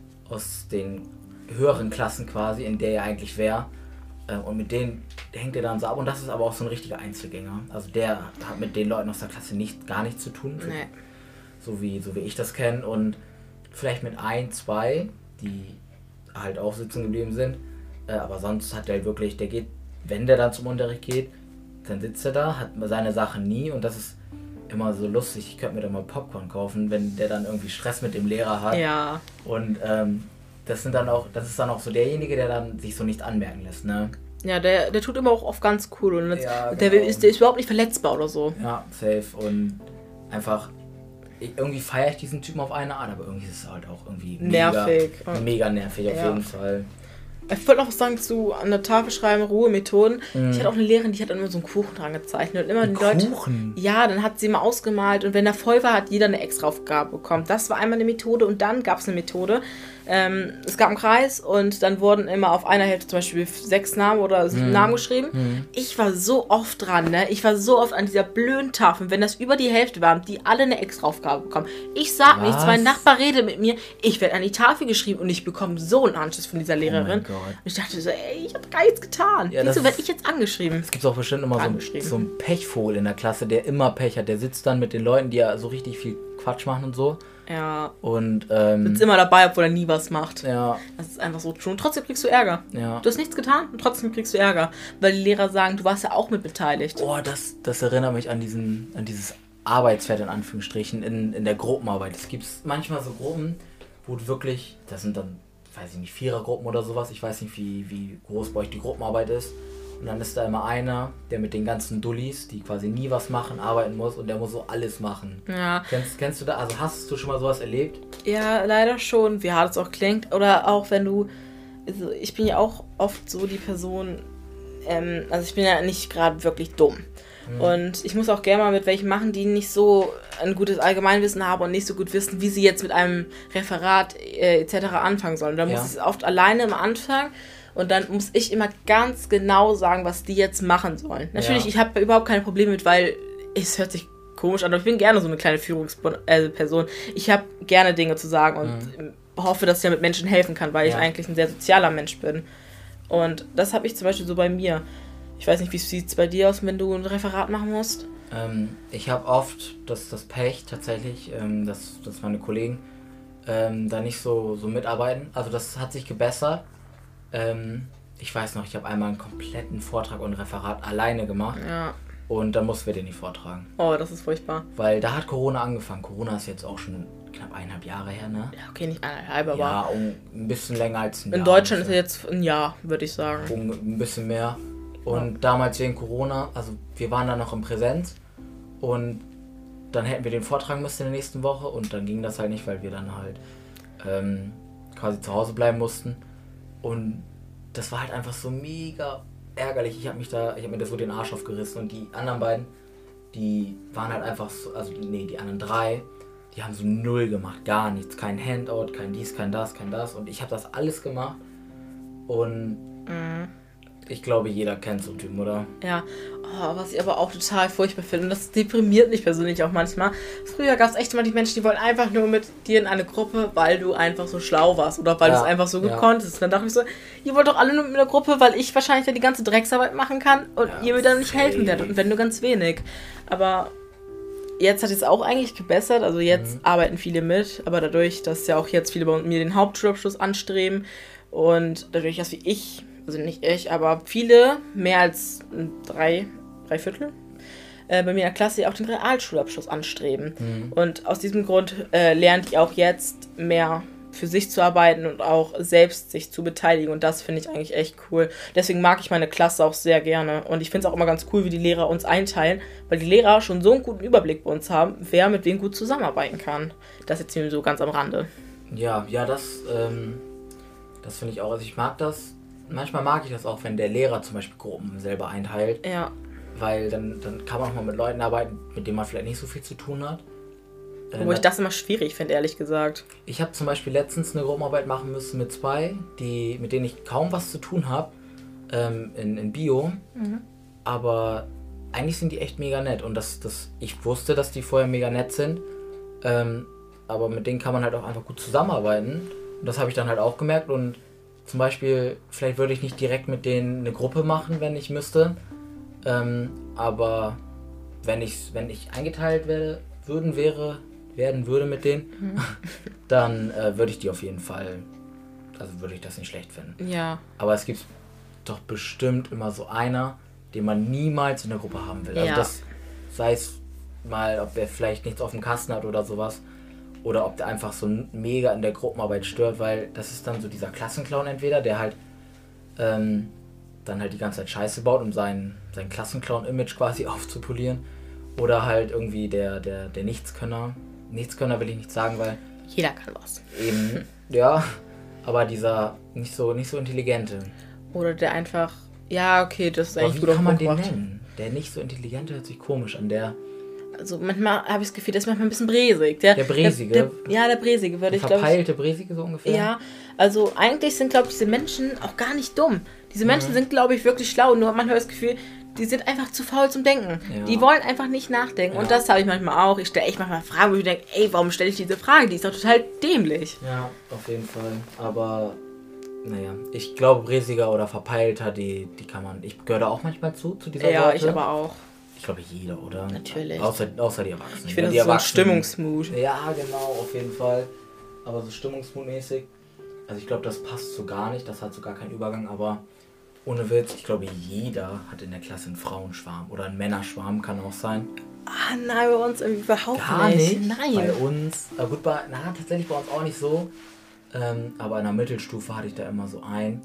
aus den höheren Klassen quasi, in der er eigentlich wäre. Ähm, und mit denen hängt er dann so ab. Und das ist aber auch so ein richtiger Einzelgänger. Also der hat mit den Leuten aus der Klasse nicht, gar nichts zu tun. So, nee. so, wie, so wie ich das kenne. Und vielleicht mit ein, zwei, die halt auch sitzen geblieben sind. Äh, aber sonst hat der wirklich, der geht, wenn der dann zum Unterricht geht, dann sitzt er da, hat seine Sachen nie und das ist immer so lustig. Ich könnte mir da mal Popcorn kaufen, wenn der dann irgendwie Stress mit dem Lehrer hat. Ja. Und ähm, das sind dann auch, das ist dann auch so derjenige, der dann sich so nicht anmerken lässt, ne? Ja, der, der tut immer auch oft ganz cool und jetzt, ja, der, genau. ist, der ist überhaupt nicht verletzbar oder so. Ja, safe und einfach, ich, irgendwie feiere ich diesen Typen auf eine Art, aber irgendwie ist es halt auch irgendwie mega nervig. Mega nervig auf ja. jeden Fall. Ich wollte noch was sagen zu an der Tafel schreiben, Ruhemethoden. Mm. Ich hatte auch eine Lehrerin, die hat immer so einen Kuchen dran gezeichnet. Und immer die Leute, Kuchen? Ja, dann hat sie immer ausgemalt und wenn der voll war, hat jeder eine Extraaufgabe bekommen. Das war einmal eine Methode und dann gab es eine Methode. Ähm, es gab einen Kreis und dann wurden immer auf einer Hälfte zum Beispiel sechs Namen oder sieben mm. Namen geschrieben. Mm. Ich war so oft dran, ne? Ich war so oft an dieser blöden Tafel. Wenn das über die Hälfte waren, die alle eine Extraaufgabe bekommen. Ich sag was? nichts, mein Nachbar redet mit mir. Ich werde an die Tafel geschrieben und ich bekomme so einen Anschiss von dieser Lehrerin. Oh mein Gott. Und ich dachte so, ey, ich habe gar nichts getan. Ja, wieso werde ich jetzt angeschrieben? Es gibt auch bestimmt immer so einen, so einen Pechvogel in der Klasse, der immer Pech hat. Der sitzt dann mit den Leuten, die ja so richtig viel Quatsch machen und so. Ja. Und, ähm... sitzt immer dabei, obwohl er nie was macht. Ja. Das ist einfach so true. Und trotzdem kriegst du Ärger. Ja. Du hast nichts getan und trotzdem kriegst du Ärger. Weil die Lehrer sagen, du warst ja auch mit beteiligt. Oh, das, das erinnert mich an diesen, an dieses Arbeitsfeld in Anführungsstrichen in, in der Gruppenarbeit. Es gibt manchmal so Gruppen, wo du wirklich, das sind dann, weiß ich nicht, Vierergruppen oder sowas. Ich weiß nicht, wie, wie groß bei euch die Gruppenarbeit ist. Und dann ist da immer einer, der mit den ganzen Dullis, die quasi nie was machen, arbeiten muss und der muss so alles machen. Ja. Kennst, kennst du da, also hast du schon mal sowas erlebt? Ja, leider schon, wie hart es auch klingt. Oder auch wenn du, also ich bin ja auch oft so die Person, ähm, also ich bin ja nicht gerade wirklich dumm. Mhm. Und ich muss auch gerne mal mit welchen machen, die nicht so ein gutes Allgemeinwissen haben und nicht so gut wissen, wie sie jetzt mit einem Referat äh, et cetera anfangen sollen. Da muss ja. ich oft alleine immer anfangen. Und dann muss ich immer ganz genau sagen, was die jetzt machen sollen. Natürlich, ja. ich habe überhaupt keine Probleme mit, weil es hört sich komisch an, aber ich bin gerne so eine kleine Führungsperson. Ich habe gerne Dinge zu sagen und mhm. hoffe, dass ich ja mit Menschen helfen kann, weil ja. ich eigentlich ein sehr sozialer Mensch bin. Und das habe ich zum Beispiel so bei mir. Ich weiß nicht, wie sieht es bei dir aus, wenn du ein Referat machen musst? Ähm, ich habe oft das, das Pech tatsächlich, ähm, dass, dass meine Kollegen ähm, da nicht so, so mitarbeiten. Also das hat sich gebessert. Ähm, ich weiß noch, ich habe einmal einen kompletten Vortrag und Referat alleine gemacht. Ja. Und dann mussten wir den nicht vortragen. Oh, das ist furchtbar. Weil da hat Corona angefangen. Corona ist jetzt auch schon knapp eineinhalb Jahre her, ne? Ja, okay, nicht eineinhalb, aber... Ja, um, ein bisschen länger als ein Jahr. In Deutschland ist er jetzt ein Jahr, würde ich sagen. Um, ein bisschen mehr. Und ja. damals wegen Corona, also wir waren da noch in Präsenz. Und dann hätten wir den vortragen müssen in der nächsten Woche. Und dann ging das halt nicht, weil wir dann halt ähm, quasi zu Hause bleiben mussten. Und das war halt einfach so mega ärgerlich. Ich habe mich da, ich habe mir da so den Arsch aufgerissen. Und die anderen beiden, die waren halt einfach so, also nee, die anderen drei, die haben so null gemacht, gar nichts. Kein Handout, kein dies, kein das, kein das. Und ich habe das alles gemacht. Und mhm. ich glaube, jeder kennt so einen Typen, oder? Ja, oh, was ich aber auch total furchtbar finde, und das deprimiert mich persönlich auch manchmal. Früher gab es echt immer die Menschen, die wollten einfach nur mit dir in eine Gruppe, weil du einfach so schlau warst oder weil ja, du es einfach so gut ja. konntest. Und dann dachte ich so, ihr wollt doch alle nur mit einer Gruppe, weil ich wahrscheinlich dann die ganze Drecksarbeit machen kann und ja, ihr mir dann nicht helfen werdet und wenn nur ganz wenig. Aber jetzt hat es auch eigentlich gebessert, also jetzt mhm. arbeiten viele mit, aber dadurch, dass ja auch jetzt viele bei mir den Hauptschulabschluss anstreben und dadurch, dass wie ich... also nicht ich, aber viele, mehr als drei, drei Viertel, äh, bei mir in der Klasse auch den Realschulabschluss anstreben. Mhm. Und aus diesem Grund äh, lernt die auch jetzt mehr für sich zu arbeiten und auch selbst sich zu beteiligen. Und das finde ich eigentlich echt cool. Deswegen mag ich meine Klasse auch sehr gerne. Und ich finde es auch immer ganz cool, wie die Lehrer uns einteilen, weil die Lehrer schon so einen guten Überblick bei uns haben, wer mit wem gut zusammenarbeiten kann. Das jetzt hier so ganz am Rande. Ja, ja, das, ähm, das finde ich auch. Also ich mag das. Manchmal mag ich das auch, wenn der Lehrer zum Beispiel Gruppen selber einteilt. Ja. Weil dann, dann kann man auch mal mit Leuten arbeiten, mit denen man vielleicht nicht so viel zu tun hat. Wo äh, ich das immer schwierig finde, ehrlich gesagt. Ich habe zum Beispiel letztens eine Gruppenarbeit machen müssen mit zwei, die, mit denen ich kaum was zu tun habe, ähm, in, in Bio. Mhm. Aber eigentlich sind die echt mega nett. Und das, das, ich wusste, dass die vorher mega nett sind. Ähm, aber mit denen kann man halt auch einfach gut zusammenarbeiten. Und das habe ich dann halt auch gemerkt. Und zum Beispiel, vielleicht würde ich nicht direkt mit denen eine Gruppe machen, wenn ich müsste. Ähm, aber wenn ich, wenn ich eingeteilt werde, würden wäre, werden würde mit denen, mhm. dann äh, würde ich die auf jeden Fall, also würde ich das nicht schlecht finden. Ja. Aber es gibt doch bestimmt immer so einer, den man niemals in der Gruppe haben will. Also ja. das, sei es mal, ob er vielleicht nichts auf dem Kasten hat oder sowas. Oder ob der einfach so mega in der Gruppenarbeit stört, weil das ist dann so dieser Klassenclown entweder, der halt ähm, dann halt die ganze Zeit Scheiße baut, um sein, sein Klassenclown-Image quasi aufzupolieren. Oder halt irgendwie der, der, der Nichtskönner. Nichtskönner will ich nicht sagen, weil... Jeder kann was. Eben, ja, aber dieser nicht so, nicht so intelligente. Oder der einfach... Ja, okay, das ist eigentlich gut. Wie kann man den nennen? Der nicht so intelligente hört sich komisch an, der... Also manchmal habe ich das Gefühl, der ist manchmal ein bisschen bräsig. Der, der Bräsige? Der, der, ja, der Bräsige würde ich glaube ich... Verpeilte Bräsige so ungefähr? Ja, also eigentlich sind, glaube ich, diese Menschen auch gar nicht dumm. Diese Menschen mhm. sind, glaube ich, wirklich schlau. Nur manchmal habe ich das Gefühl, die sind einfach zu faul zum Denken. Ja. Die wollen einfach nicht nachdenken. Ja. Und das habe ich manchmal auch. Ich stelle echt manchmal Fragen, wo ich denke, ey, warum stelle ich diese Frage? Die ist doch total dämlich. Ja, auf jeden Fall. Aber, naja, ich glaube, Bräsiger oder Verpeilter, die, die kann man... Ich gehöre da auch manchmal zu, zu dieser Ja, Sorte. ich aber auch. Ich glaube, jeder, oder? Natürlich. Außer, außer die Erwachsenen. Ich finde, das die ist so ein Stimmungsmut. Ja, genau, auf jeden Fall. Aber so stimmungsmutmäßig. Also ich glaube, das passt so gar nicht. Das hat so gar keinen Übergang. Aber ohne Witz, ich glaube, jeder hat in der Klasse einen Frauenschwarm. Oder einen Männerschwarm, kann auch sein. Ah, nein, bei uns irgendwie überhaupt gar nicht. nicht. Nein. Bei uns, äh gut, bei, na, tatsächlich bei uns auch nicht so. Ähm, aber in der Mittelstufe hatte ich da immer so einen.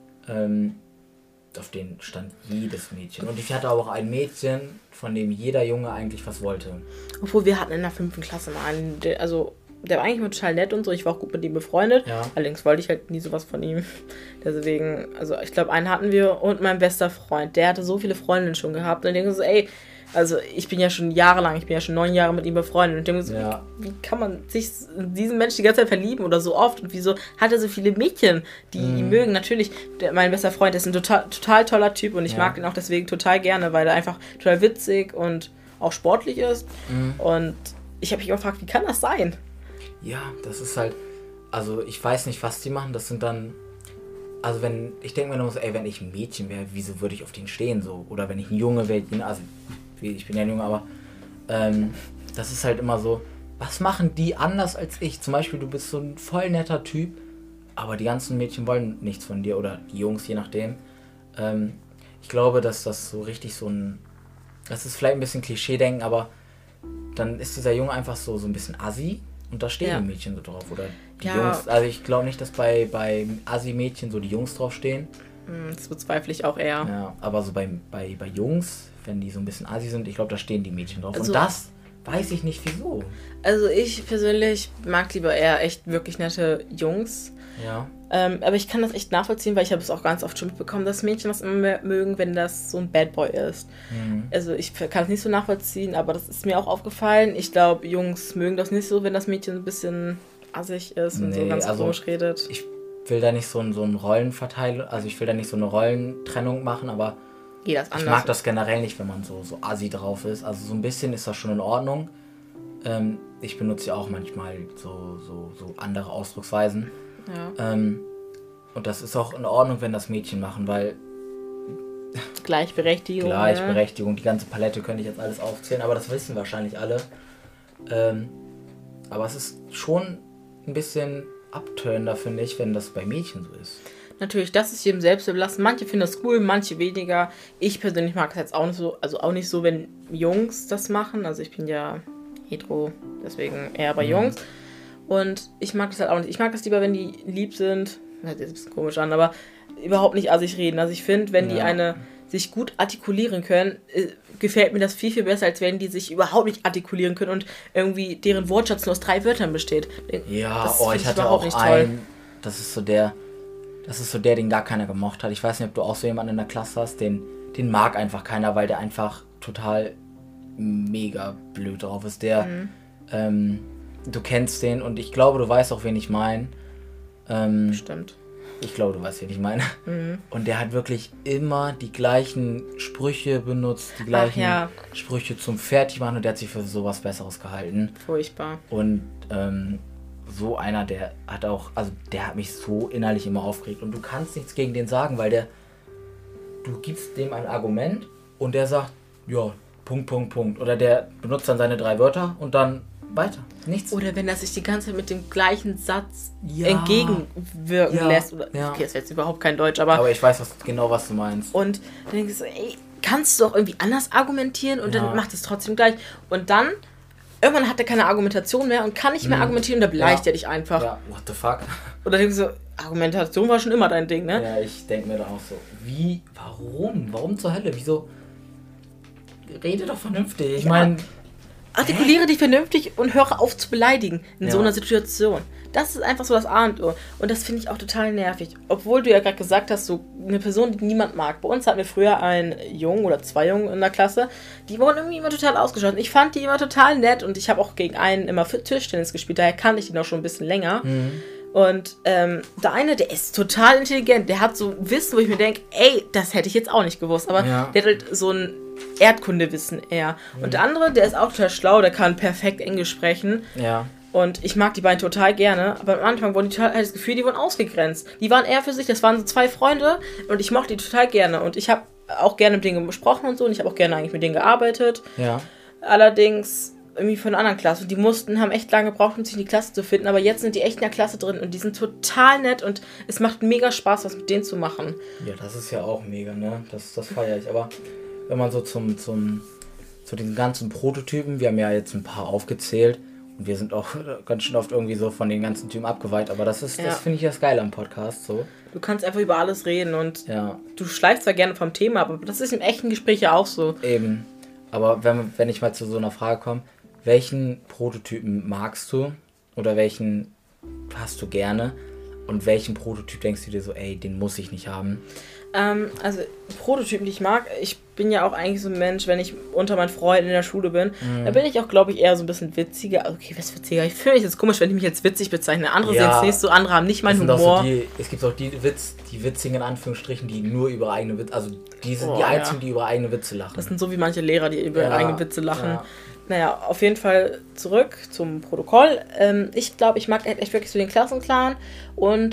Ähm, auf den stand jedes Mädchen. Und ich hatte auch ein Mädchen, von dem jeder Junge eigentlich was wollte. Obwohl wir hatten in der fünften Klasse mal einen, der, also der war eigentlich immer total nett und so. Ich war auch gut mit ihm befreundet. Ja. Allerdings wollte ich halt nie sowas von ihm. Deswegen, also ich glaube, einen hatten wir und mein bester Freund. Der hatte so viele Freundinnen schon gehabt. Und ich denke so, ey, also ich bin ja schon jahrelang, ich bin ja schon neun Jahre mit ihm befreundet. Und ich denke so, ja. wie, wie kann man sich in diesen Menschen die ganze Zeit verlieben oder so oft? Und wieso hat er so viele Mädchen, die mhm. ihn mögen? Natürlich, der, mein bester Freund ist ein total, total toller Typ und ich ja. mag ihn auch deswegen total gerne, weil er einfach total witzig und auch sportlich ist. Mhm. Und ich habe mich gefragt, wie kann das sein? Ja, das ist halt, also ich weiß nicht, was die machen. Das sind dann, also wenn, ich denke mir immer so, ey, wenn ich ein Mädchen wäre, wieso würde ich auf den stehen so? Oder wenn ich ein Junge wäre, also ich bin ja ein Junge, aber ähm, das ist halt immer so, was machen die anders als ich? Zum Beispiel, du bist so ein voll netter Typ, aber die ganzen Mädchen wollen nichts von dir oder die Jungs, je nachdem. Ähm, ich glaube, dass das so richtig so ein, das ist vielleicht ein bisschen Klischee-Denken, aber dann ist dieser Junge einfach so, so ein bisschen assi und da stehen Ja. die Mädchen so drauf. Oder die Ja. Jungs, also ich glaube nicht, dass bei, bei Assi-Mädchen so die Jungs drauf stehen. Hm, Das bezweifle ich auch eher. Ja, aber so bei, bei, bei Jungs, wenn die so ein bisschen assi sind, ich glaube, da stehen die Mädchen drauf. Also- und das weiß ich nicht wieso. Also ich persönlich mag lieber eher echt wirklich nette Jungs. Ja. Ähm, aber ich kann das echt nachvollziehen, weil ich habe es auch ganz oft schon mitbekommen, dass Mädchen das immer mehr mögen, wenn das so ein Bad Boy ist. Mhm. Also ich kann es nicht so nachvollziehen, aber das ist mir auch aufgefallen. Ich glaube, Jungs mögen das nicht so, wenn das Mädchen ein bisschen assig ist und so Nee, ganz also- komisch redet. Ich will da nicht so ein, so ein Rollenverteilung, also ich will da nicht so eine Rollentrennung machen, aber Jeder ist ich anders. mag das generell nicht, wenn man so, so assi drauf ist. Also so ein bisschen ist das schon in Ordnung. Ähm, ich benutze ja auch manchmal so, so, so andere Ausdrucksweisen. Ja. Ähm, und das ist auch in Ordnung, wenn das Mädchen machen, weil Gleichberechtigung. Ne? Gleichberechtigung, die ganze Palette könnte ich jetzt alles aufzählen, aber das wissen wahrscheinlich alle. Ähm, aber es ist schon ein bisschen abtönender, finde ich, wenn das bei Mädchen so ist. Natürlich, das ist jedem selbst überlassen. Manche finden das cool, manche weniger. Ich persönlich mag es jetzt auch nicht so, also auch nicht so, wenn Jungs das machen. Also ich bin ja hetero, deswegen eher bei Mhm. Jungs. Und ich mag das halt auch nicht. Ich mag das lieber, wenn die lieb sind. Hört jetzt ein bisschen komisch an, aber überhaupt nicht assig reden. Also ich finde, wenn die Ja. eine sich gut artikulieren können, äh, gefällt mir das viel, viel besser, als wenn die sich überhaupt nicht artikulieren können und irgendwie deren Wortschatz nur aus drei Wörtern besteht. Ja, Das oh, find ich ich hatte überhaupt auch nicht toll. einen, das ist so der, das ist so der, den gar keiner gemocht hat. Ich weiß nicht, ob du auch so jemanden in der Klasse hast, den, den mag einfach keiner, weil der einfach total mega blöd drauf ist. Der, Mhm. ähm, du kennst den und ich glaube, du weißt auch, wen ich meine. Ähm, Stimmt. ich glaube, du weißt, wen ich meine. Mhm. Und der hat wirklich immer die gleichen Sprüche benutzt, die gleichen ja. Sprüche zum Fertigmachen und der hat sich für sowas Besseres gehalten. Furchtbar. Und ähm, so einer, der hat auch, also der hat mich so innerlich immer aufgeregt. Und du kannst nichts gegen den sagen, weil der, du gibst dem ein Argument und der sagt, ja, Punkt, Punkt, Punkt. Oder der benutzt dann seine drei Wörter und dann weiter. Nichts. Oder wenn er sich die ganze Zeit mit dem gleichen Satz Ja. entgegenwirken Ja. lässt. Oder, Ja. Okay, das wäre jetzt überhaupt kein Deutsch, aber... Aber ich weiß was, genau, was du meinst. Und dann denkst du so, ey, kannst du doch irgendwie anders argumentieren und Ja. dann macht es trotzdem gleich. Und dann, irgendwann hat er keine Argumentation mehr und kann nicht mehr Mhm. argumentieren und der beleidigt Ja. er dich einfach. Ja, what the fuck? Und dann denkst du so, Argumentation war schon immer dein Ding, ne? Ja, ich denke mir dann auch so, wie, warum? Warum zur Hölle? Wieso? Rede doch vernünftig. Ich Ja. meine, Artikuliere dich vernünftig und höre auf zu beleidigen in Ja. so einer Situation. Das ist einfach so das A und O. Und das finde ich auch total nervig. Obwohl du ja gerade gesagt hast, so eine Person, die niemand mag. Bei uns hatten wir früher einen Jungen oder zwei Jungen in der Klasse, die wurden irgendwie immer total ausgeschlossen. Ich fand die immer total nett und ich habe auch gegen einen immer für Tischtennis gespielt. Daher kannte ich ihn auch schon ein bisschen länger. Und ähm, der eine, der ist total intelligent. Der hat so Wissen, wo ich mir denke, ey, das hätte ich jetzt auch nicht gewusst. Aber Ja. der hat halt so ein Erdkundewissen eher. Und der andere, der ist auch total schlau, der kann perfekt Englisch sprechen. ja. Und ich mag die beiden total gerne. Aber am Anfang wurden die total, hatte ich das Gefühl, die wurden ausgegrenzt. Die waren eher für sich, das waren so zwei Freunde und ich mochte die total gerne. Und ich habe auch gerne mit denen gesprochen und so und ich habe auch gerne eigentlich mit denen gearbeitet. Ja. Allerdings irgendwie von einer anderen Klasse. Und die mussten, haben echt lange gebraucht, um sich in die Klasse zu finden. Aber jetzt sind die echt in der Klasse drin und die sind total nett und es macht mega Spaß, was mit denen zu machen. Ja, das ist ja auch mega, ne? Das, das feiere ich. Aber wenn man so zum, zum, zu den ganzen Prototypen, wir haben ja jetzt ein paar aufgezählt und wir sind auch ganz schön oft irgendwie so von den ganzen Typen abgeweicht, aber das ist, Ja. das finde ich das Geile am Podcast, so. Du kannst einfach über alles reden und Ja, du schleifst zwar gerne vom Thema, aber das ist im echten Gespräch ja auch so. eben. Aber wenn, wenn ich mal zu so einer Frage komme, welchen Prototypen magst du oder welchen hast du gerne und welchen Prototyp denkst du dir so, ey, den muss ich nicht haben? Ähm, also Prototypen, die ich mag, ich bin ja auch eigentlich so ein Mensch, wenn ich unter meinen Freunden in der Schule bin, Mhm. da bin ich auch, glaube ich, eher so ein bisschen witziger. Okay, was witziger? Ich fühle mich jetzt komisch, wenn ich mich jetzt witzig bezeichne. Andere Ja. sehen es nicht so, andere haben nicht Es, meinen sind auch Humor. so die, es gibt auch die Witz, die witzigen in Anführungsstrichen, die nur über eigene Witze, also die sind Oh, die ja. einzigen, die über eigene Witze lachen. Das sind so wie manche Lehrer, die über Ja, eigene Witze lachen. ja. Naja, auf jeden Fall zurück zum Protokoll. Ähm, ich glaube, ich mag echt wirklich so den Klassenclan und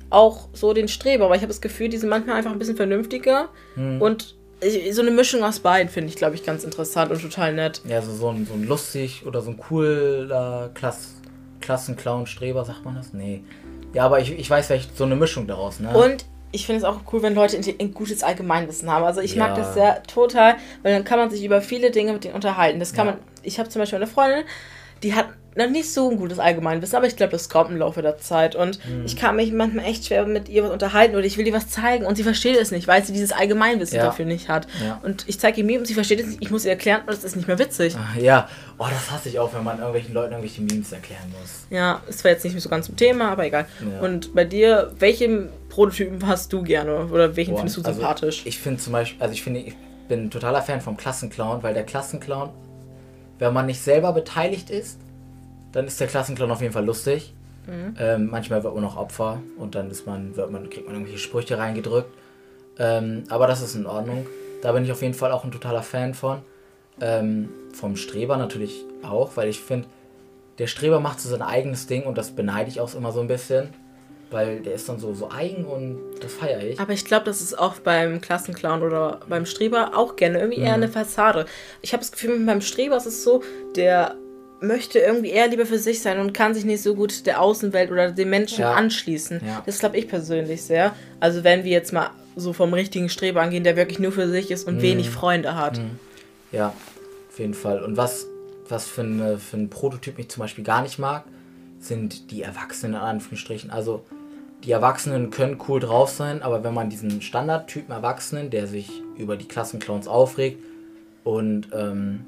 auch so den Streber. Aber ich habe das Gefühl, die sind manchmal einfach ein bisschen vernünftiger. Hm. Und so eine Mischung aus beiden finde ich, glaube ich, ganz interessant und total nett. Ja, so, so, ein, so ein lustig oder so ein cooler Klass, Klassenclown-Streber, sagt man das? Nee. Ja, aber ich, ich weiß vielleicht so eine Mischung daraus, ne? Und ich finde es auch cool, wenn Leute ein, ein gutes Allgemeinwissen haben. Also ich ja. mag das sehr total, weil dann kann man sich über viele Dinge mit denen unterhalten. Das kann ja. man. Ich habe zum Beispiel eine Freundin, die hat noch nicht so ein gutes Allgemeinwissen, aber ich glaube, das kommt im Laufe der Zeit. Und mhm. ich kann mich manchmal echt schwer mit ihr was unterhalten oder ich will ihr was zeigen und sie versteht es nicht, weil sie dieses Allgemeinwissen ja. dafür nicht hat. Ja. Und ich zeige ihr Meme und sie versteht es nicht, ich muss ihr erklären und das ist nicht mehr witzig. Ja, oh, das hasse ich auch, wenn man irgendwelchen Leuten irgendwelche Memes erklären muss. Ja, ist zwar jetzt nicht so ganz zum Thema, aber egal. Ja. Und bei dir, welchen Prototypen hast du gerne oder welchen oh, findest du also sympathisch? Ich finde zum Beispiel, also ich finde, ich bin ein totaler Fan vom Klassenclown, weil der Klassenclown, wenn man nicht selber beteiligt ist, dann ist der Klassenclown auf jeden Fall lustig. Mhm. Ähm, manchmal wird man noch Opfer und dann ist man, wird man, kriegt man irgendwelche Sprüche reingedrückt. Ähm, aber das ist in Ordnung. Da bin ich auf jeden Fall auch ein totaler Fan von. Ähm, vom Streber natürlich auch, weil ich finde, der Streber macht so sein eigenes Ding und das beneide ich auch immer so ein bisschen. Weil der ist dann so, so eigen und das feiere ich. Aber ich glaube, das ist auch beim Klassenclown oder beim Streber auch gerne irgendwie mhm. eher eine Fassade. Ich habe das Gefühl, beim Streber ist es so, der möchte irgendwie eher lieber für sich sein und kann sich nicht so gut der Außenwelt oder den Menschen ja. anschließen. Ja. Das glaube ich persönlich sehr. Also wenn wir jetzt mal so vom richtigen Streber angehen, der wirklich nur für sich ist und mm. wenig Freunde hat. Mm. Ja, auf jeden Fall. Und was, was für, eine, für ein Prototyp ich zum Beispiel gar nicht mag, sind die Erwachsenen in Anführungsstrichen. Also die Erwachsenen können cool drauf sein, aber wenn man diesen Standardtypen Erwachsenen, der sich über die Klassenclowns aufregt und ähm,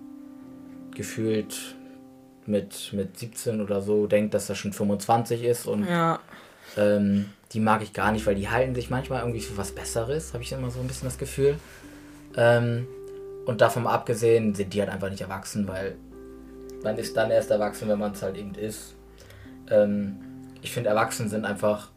gefühlt mit, mit siebzehn oder so denkt, dass er schon fünfundzwanzig ist und ja. ähm, die mag ich gar nicht, weil die halten sich manchmal irgendwie für was Besseres, habe ich immer so ein bisschen das Gefühl. Ähm, und davon abgesehen sind die halt einfach nicht erwachsen, weil man ist dann erst erwachsen, wenn man es halt eben ist. Ähm, ich finde, Erwachsen sind einfach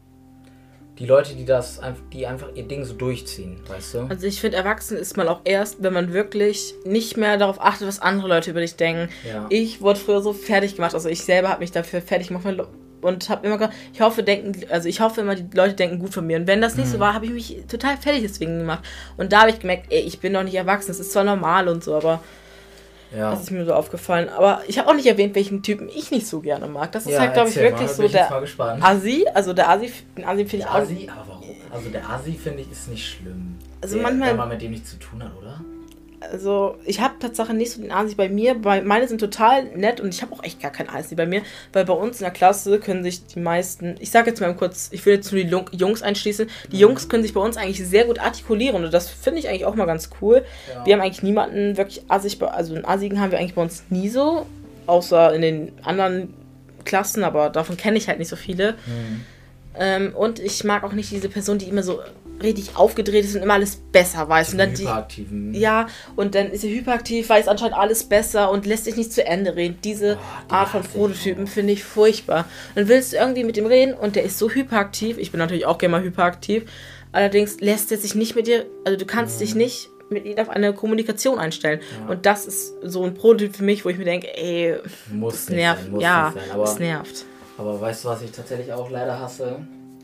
die Leute, die das die einfach ihr Ding so durchziehen, weißt du? Also ich finde, erwachsen ist man auch erst, wenn man wirklich nicht mehr darauf achtet, was andere Leute über dich denken. Ja. Ich wurde früher so fertig gemacht, also ich selber habe mich dafür fertig gemacht und habe immer gesagt, ich hoffe, denken, also ich hoffe immer, die Leute denken gut von mir. Und wenn das nicht mhm. so war, habe ich mich total fertig deswegen gemacht. Und da habe ich gemerkt, ey, ich bin doch nicht erwachsen, das ist zwar normal und so, aber ja. das ist mir so aufgefallen. Aber ich habe auch nicht erwähnt, welchen Typen ich nicht so gerne mag. Das ist ja, halt, glaube ich, wirklich mal, so der Assi. Also der Assi, den Assi finde ich auch... Assi, aber warum? Also der Assi, finde ich, ist nicht schlimm. Also der, manchmal... Wenn man mit dem nichts zu tun hat, oder? Also ich habe tatsächlich nicht so den Assi bei mir, weil meine sind total nett und ich habe auch echt gar keinen Assi bei mir, weil bei uns in der Klasse können sich die meisten, ich sage jetzt mal kurz, ich will jetzt nur die Jungs einschließen, die mhm. Jungs können sich bei uns eigentlich sehr gut artikulieren und das finde ich eigentlich auch mal ganz cool. Ja. Wir haben eigentlich niemanden wirklich assig, also einen Assigen haben wir eigentlich bei uns nie so, außer in den anderen Klassen, aber davon kenne ich halt nicht so viele. Mhm. Ähm, und ich mag auch nicht diese Person, die immer so richtig aufgedreht ist und immer alles besser weiß. Und dann die, ja, und dann ist sie hyperaktiv, weiß anscheinend alles besser und lässt sich nicht zu Ende reden. Diese oh, Art von Prototypen finde ich furchtbar. Dann willst du irgendwie mit dem reden und der ist so hyperaktiv. Ich bin natürlich auch gerne mal hyperaktiv. Allerdings lässt er sich nicht mit dir, also du kannst mhm. dich nicht mit ihm auf eine Kommunikation einstellen. Ja. Und das ist so ein Prototyp für mich, wo ich mir denke, ey, muss das nervt. Sein, muss ja, sein. Aber, das nervt. Aber weißt du, was ich tatsächlich auch leider hasse?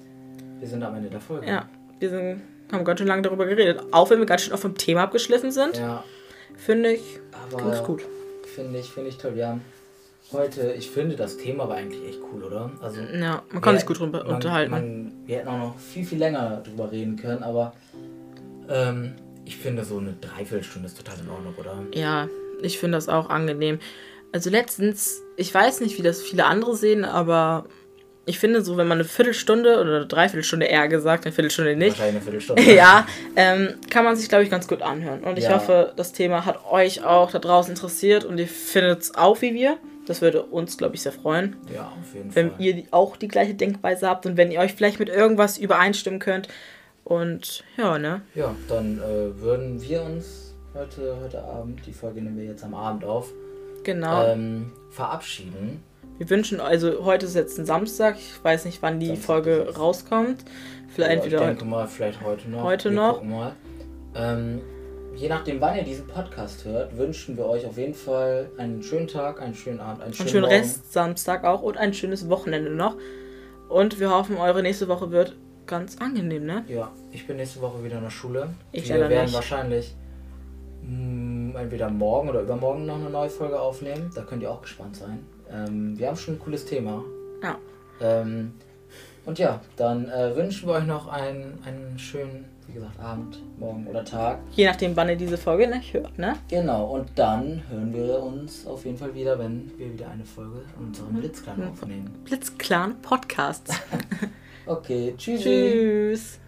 Wir sind am Ende der Folge. Ja. Wir sind, haben ganz schön lange darüber geredet. Auch wenn wir ganz schön auf dem Thema abgeschliffen sind. Ja. Finde ich aber ganz gut. Finde ich, finde ich toll. Wir haben heute, ich finde, das Thema war eigentlich echt cool, oder? Also, ja, man kann sich gut drüber man, unterhalten. Man, wir hätten auch noch viel, viel länger drüber reden können, aber ähm, ich finde, so eine Dreiviertelstunde ist total in Ordnung, oder? Ja, ich finde das auch angenehm. Also letztens, ich weiß nicht, wie das viele andere sehen, aber ich finde so, wenn man eine Viertelstunde oder eine Dreiviertelstunde eher gesagt, eine Viertelstunde nicht. Wahrscheinlich eine Viertelstunde. ja, ähm, kann man sich, glaube ich, ganz gut anhören. Und ich ja. hoffe, das Thema hat euch auch da draußen interessiert und ihr findet es auch wie wir. Das würde uns, glaube ich, sehr freuen. Ja, auf jeden wenn Fall. Wenn ihr auch die gleiche Denkweise habt und wenn ihr euch vielleicht mit irgendwas übereinstimmen könnt. Und ja, ne? Ja, dann äh, würden wir uns heute, heute Abend, die Folge nehmen wir jetzt am Abend auf, genau. ähm, verabschieden. Wir wünschen, also heute ist jetzt ein Samstag, ich weiß nicht, wann die Samstag Folge rauskommt. Vielleicht ja, entweder ich denke mal, vielleicht heute noch. Heute wir noch. Gucken mal. Ähm, je nachdem, wann ihr diesen Podcast hört, wünschen wir euch auf jeden Fall einen schönen Tag, einen schönen Abend, einen schönen, einen schönen Rest Samstag auch und ein schönes Wochenende noch. Und wir hoffen, eure nächste Woche wird ganz angenehm, ne? Ja, ich bin nächste Woche wieder in der Schule. Ich Wir leider werden nicht. wahrscheinlich mh, entweder morgen oder übermorgen noch eine neue Folge aufnehmen. Da könnt ihr auch gespannt sein. Ähm, wir haben schon ein cooles Thema. Ja. Ähm, und ja, dann äh, wünschen wir euch noch einen, einen schönen, wie gesagt, Abend, Morgen oder Tag. Je nachdem, wann ihr diese Folge nicht hört, ne? Genau, und dann hören wir uns auf jeden Fall wieder, wenn wir wieder eine Folge unserem Blitzclan aufnehmen. Blitzclan Podcast. Okay, tschüssi. Tschüss.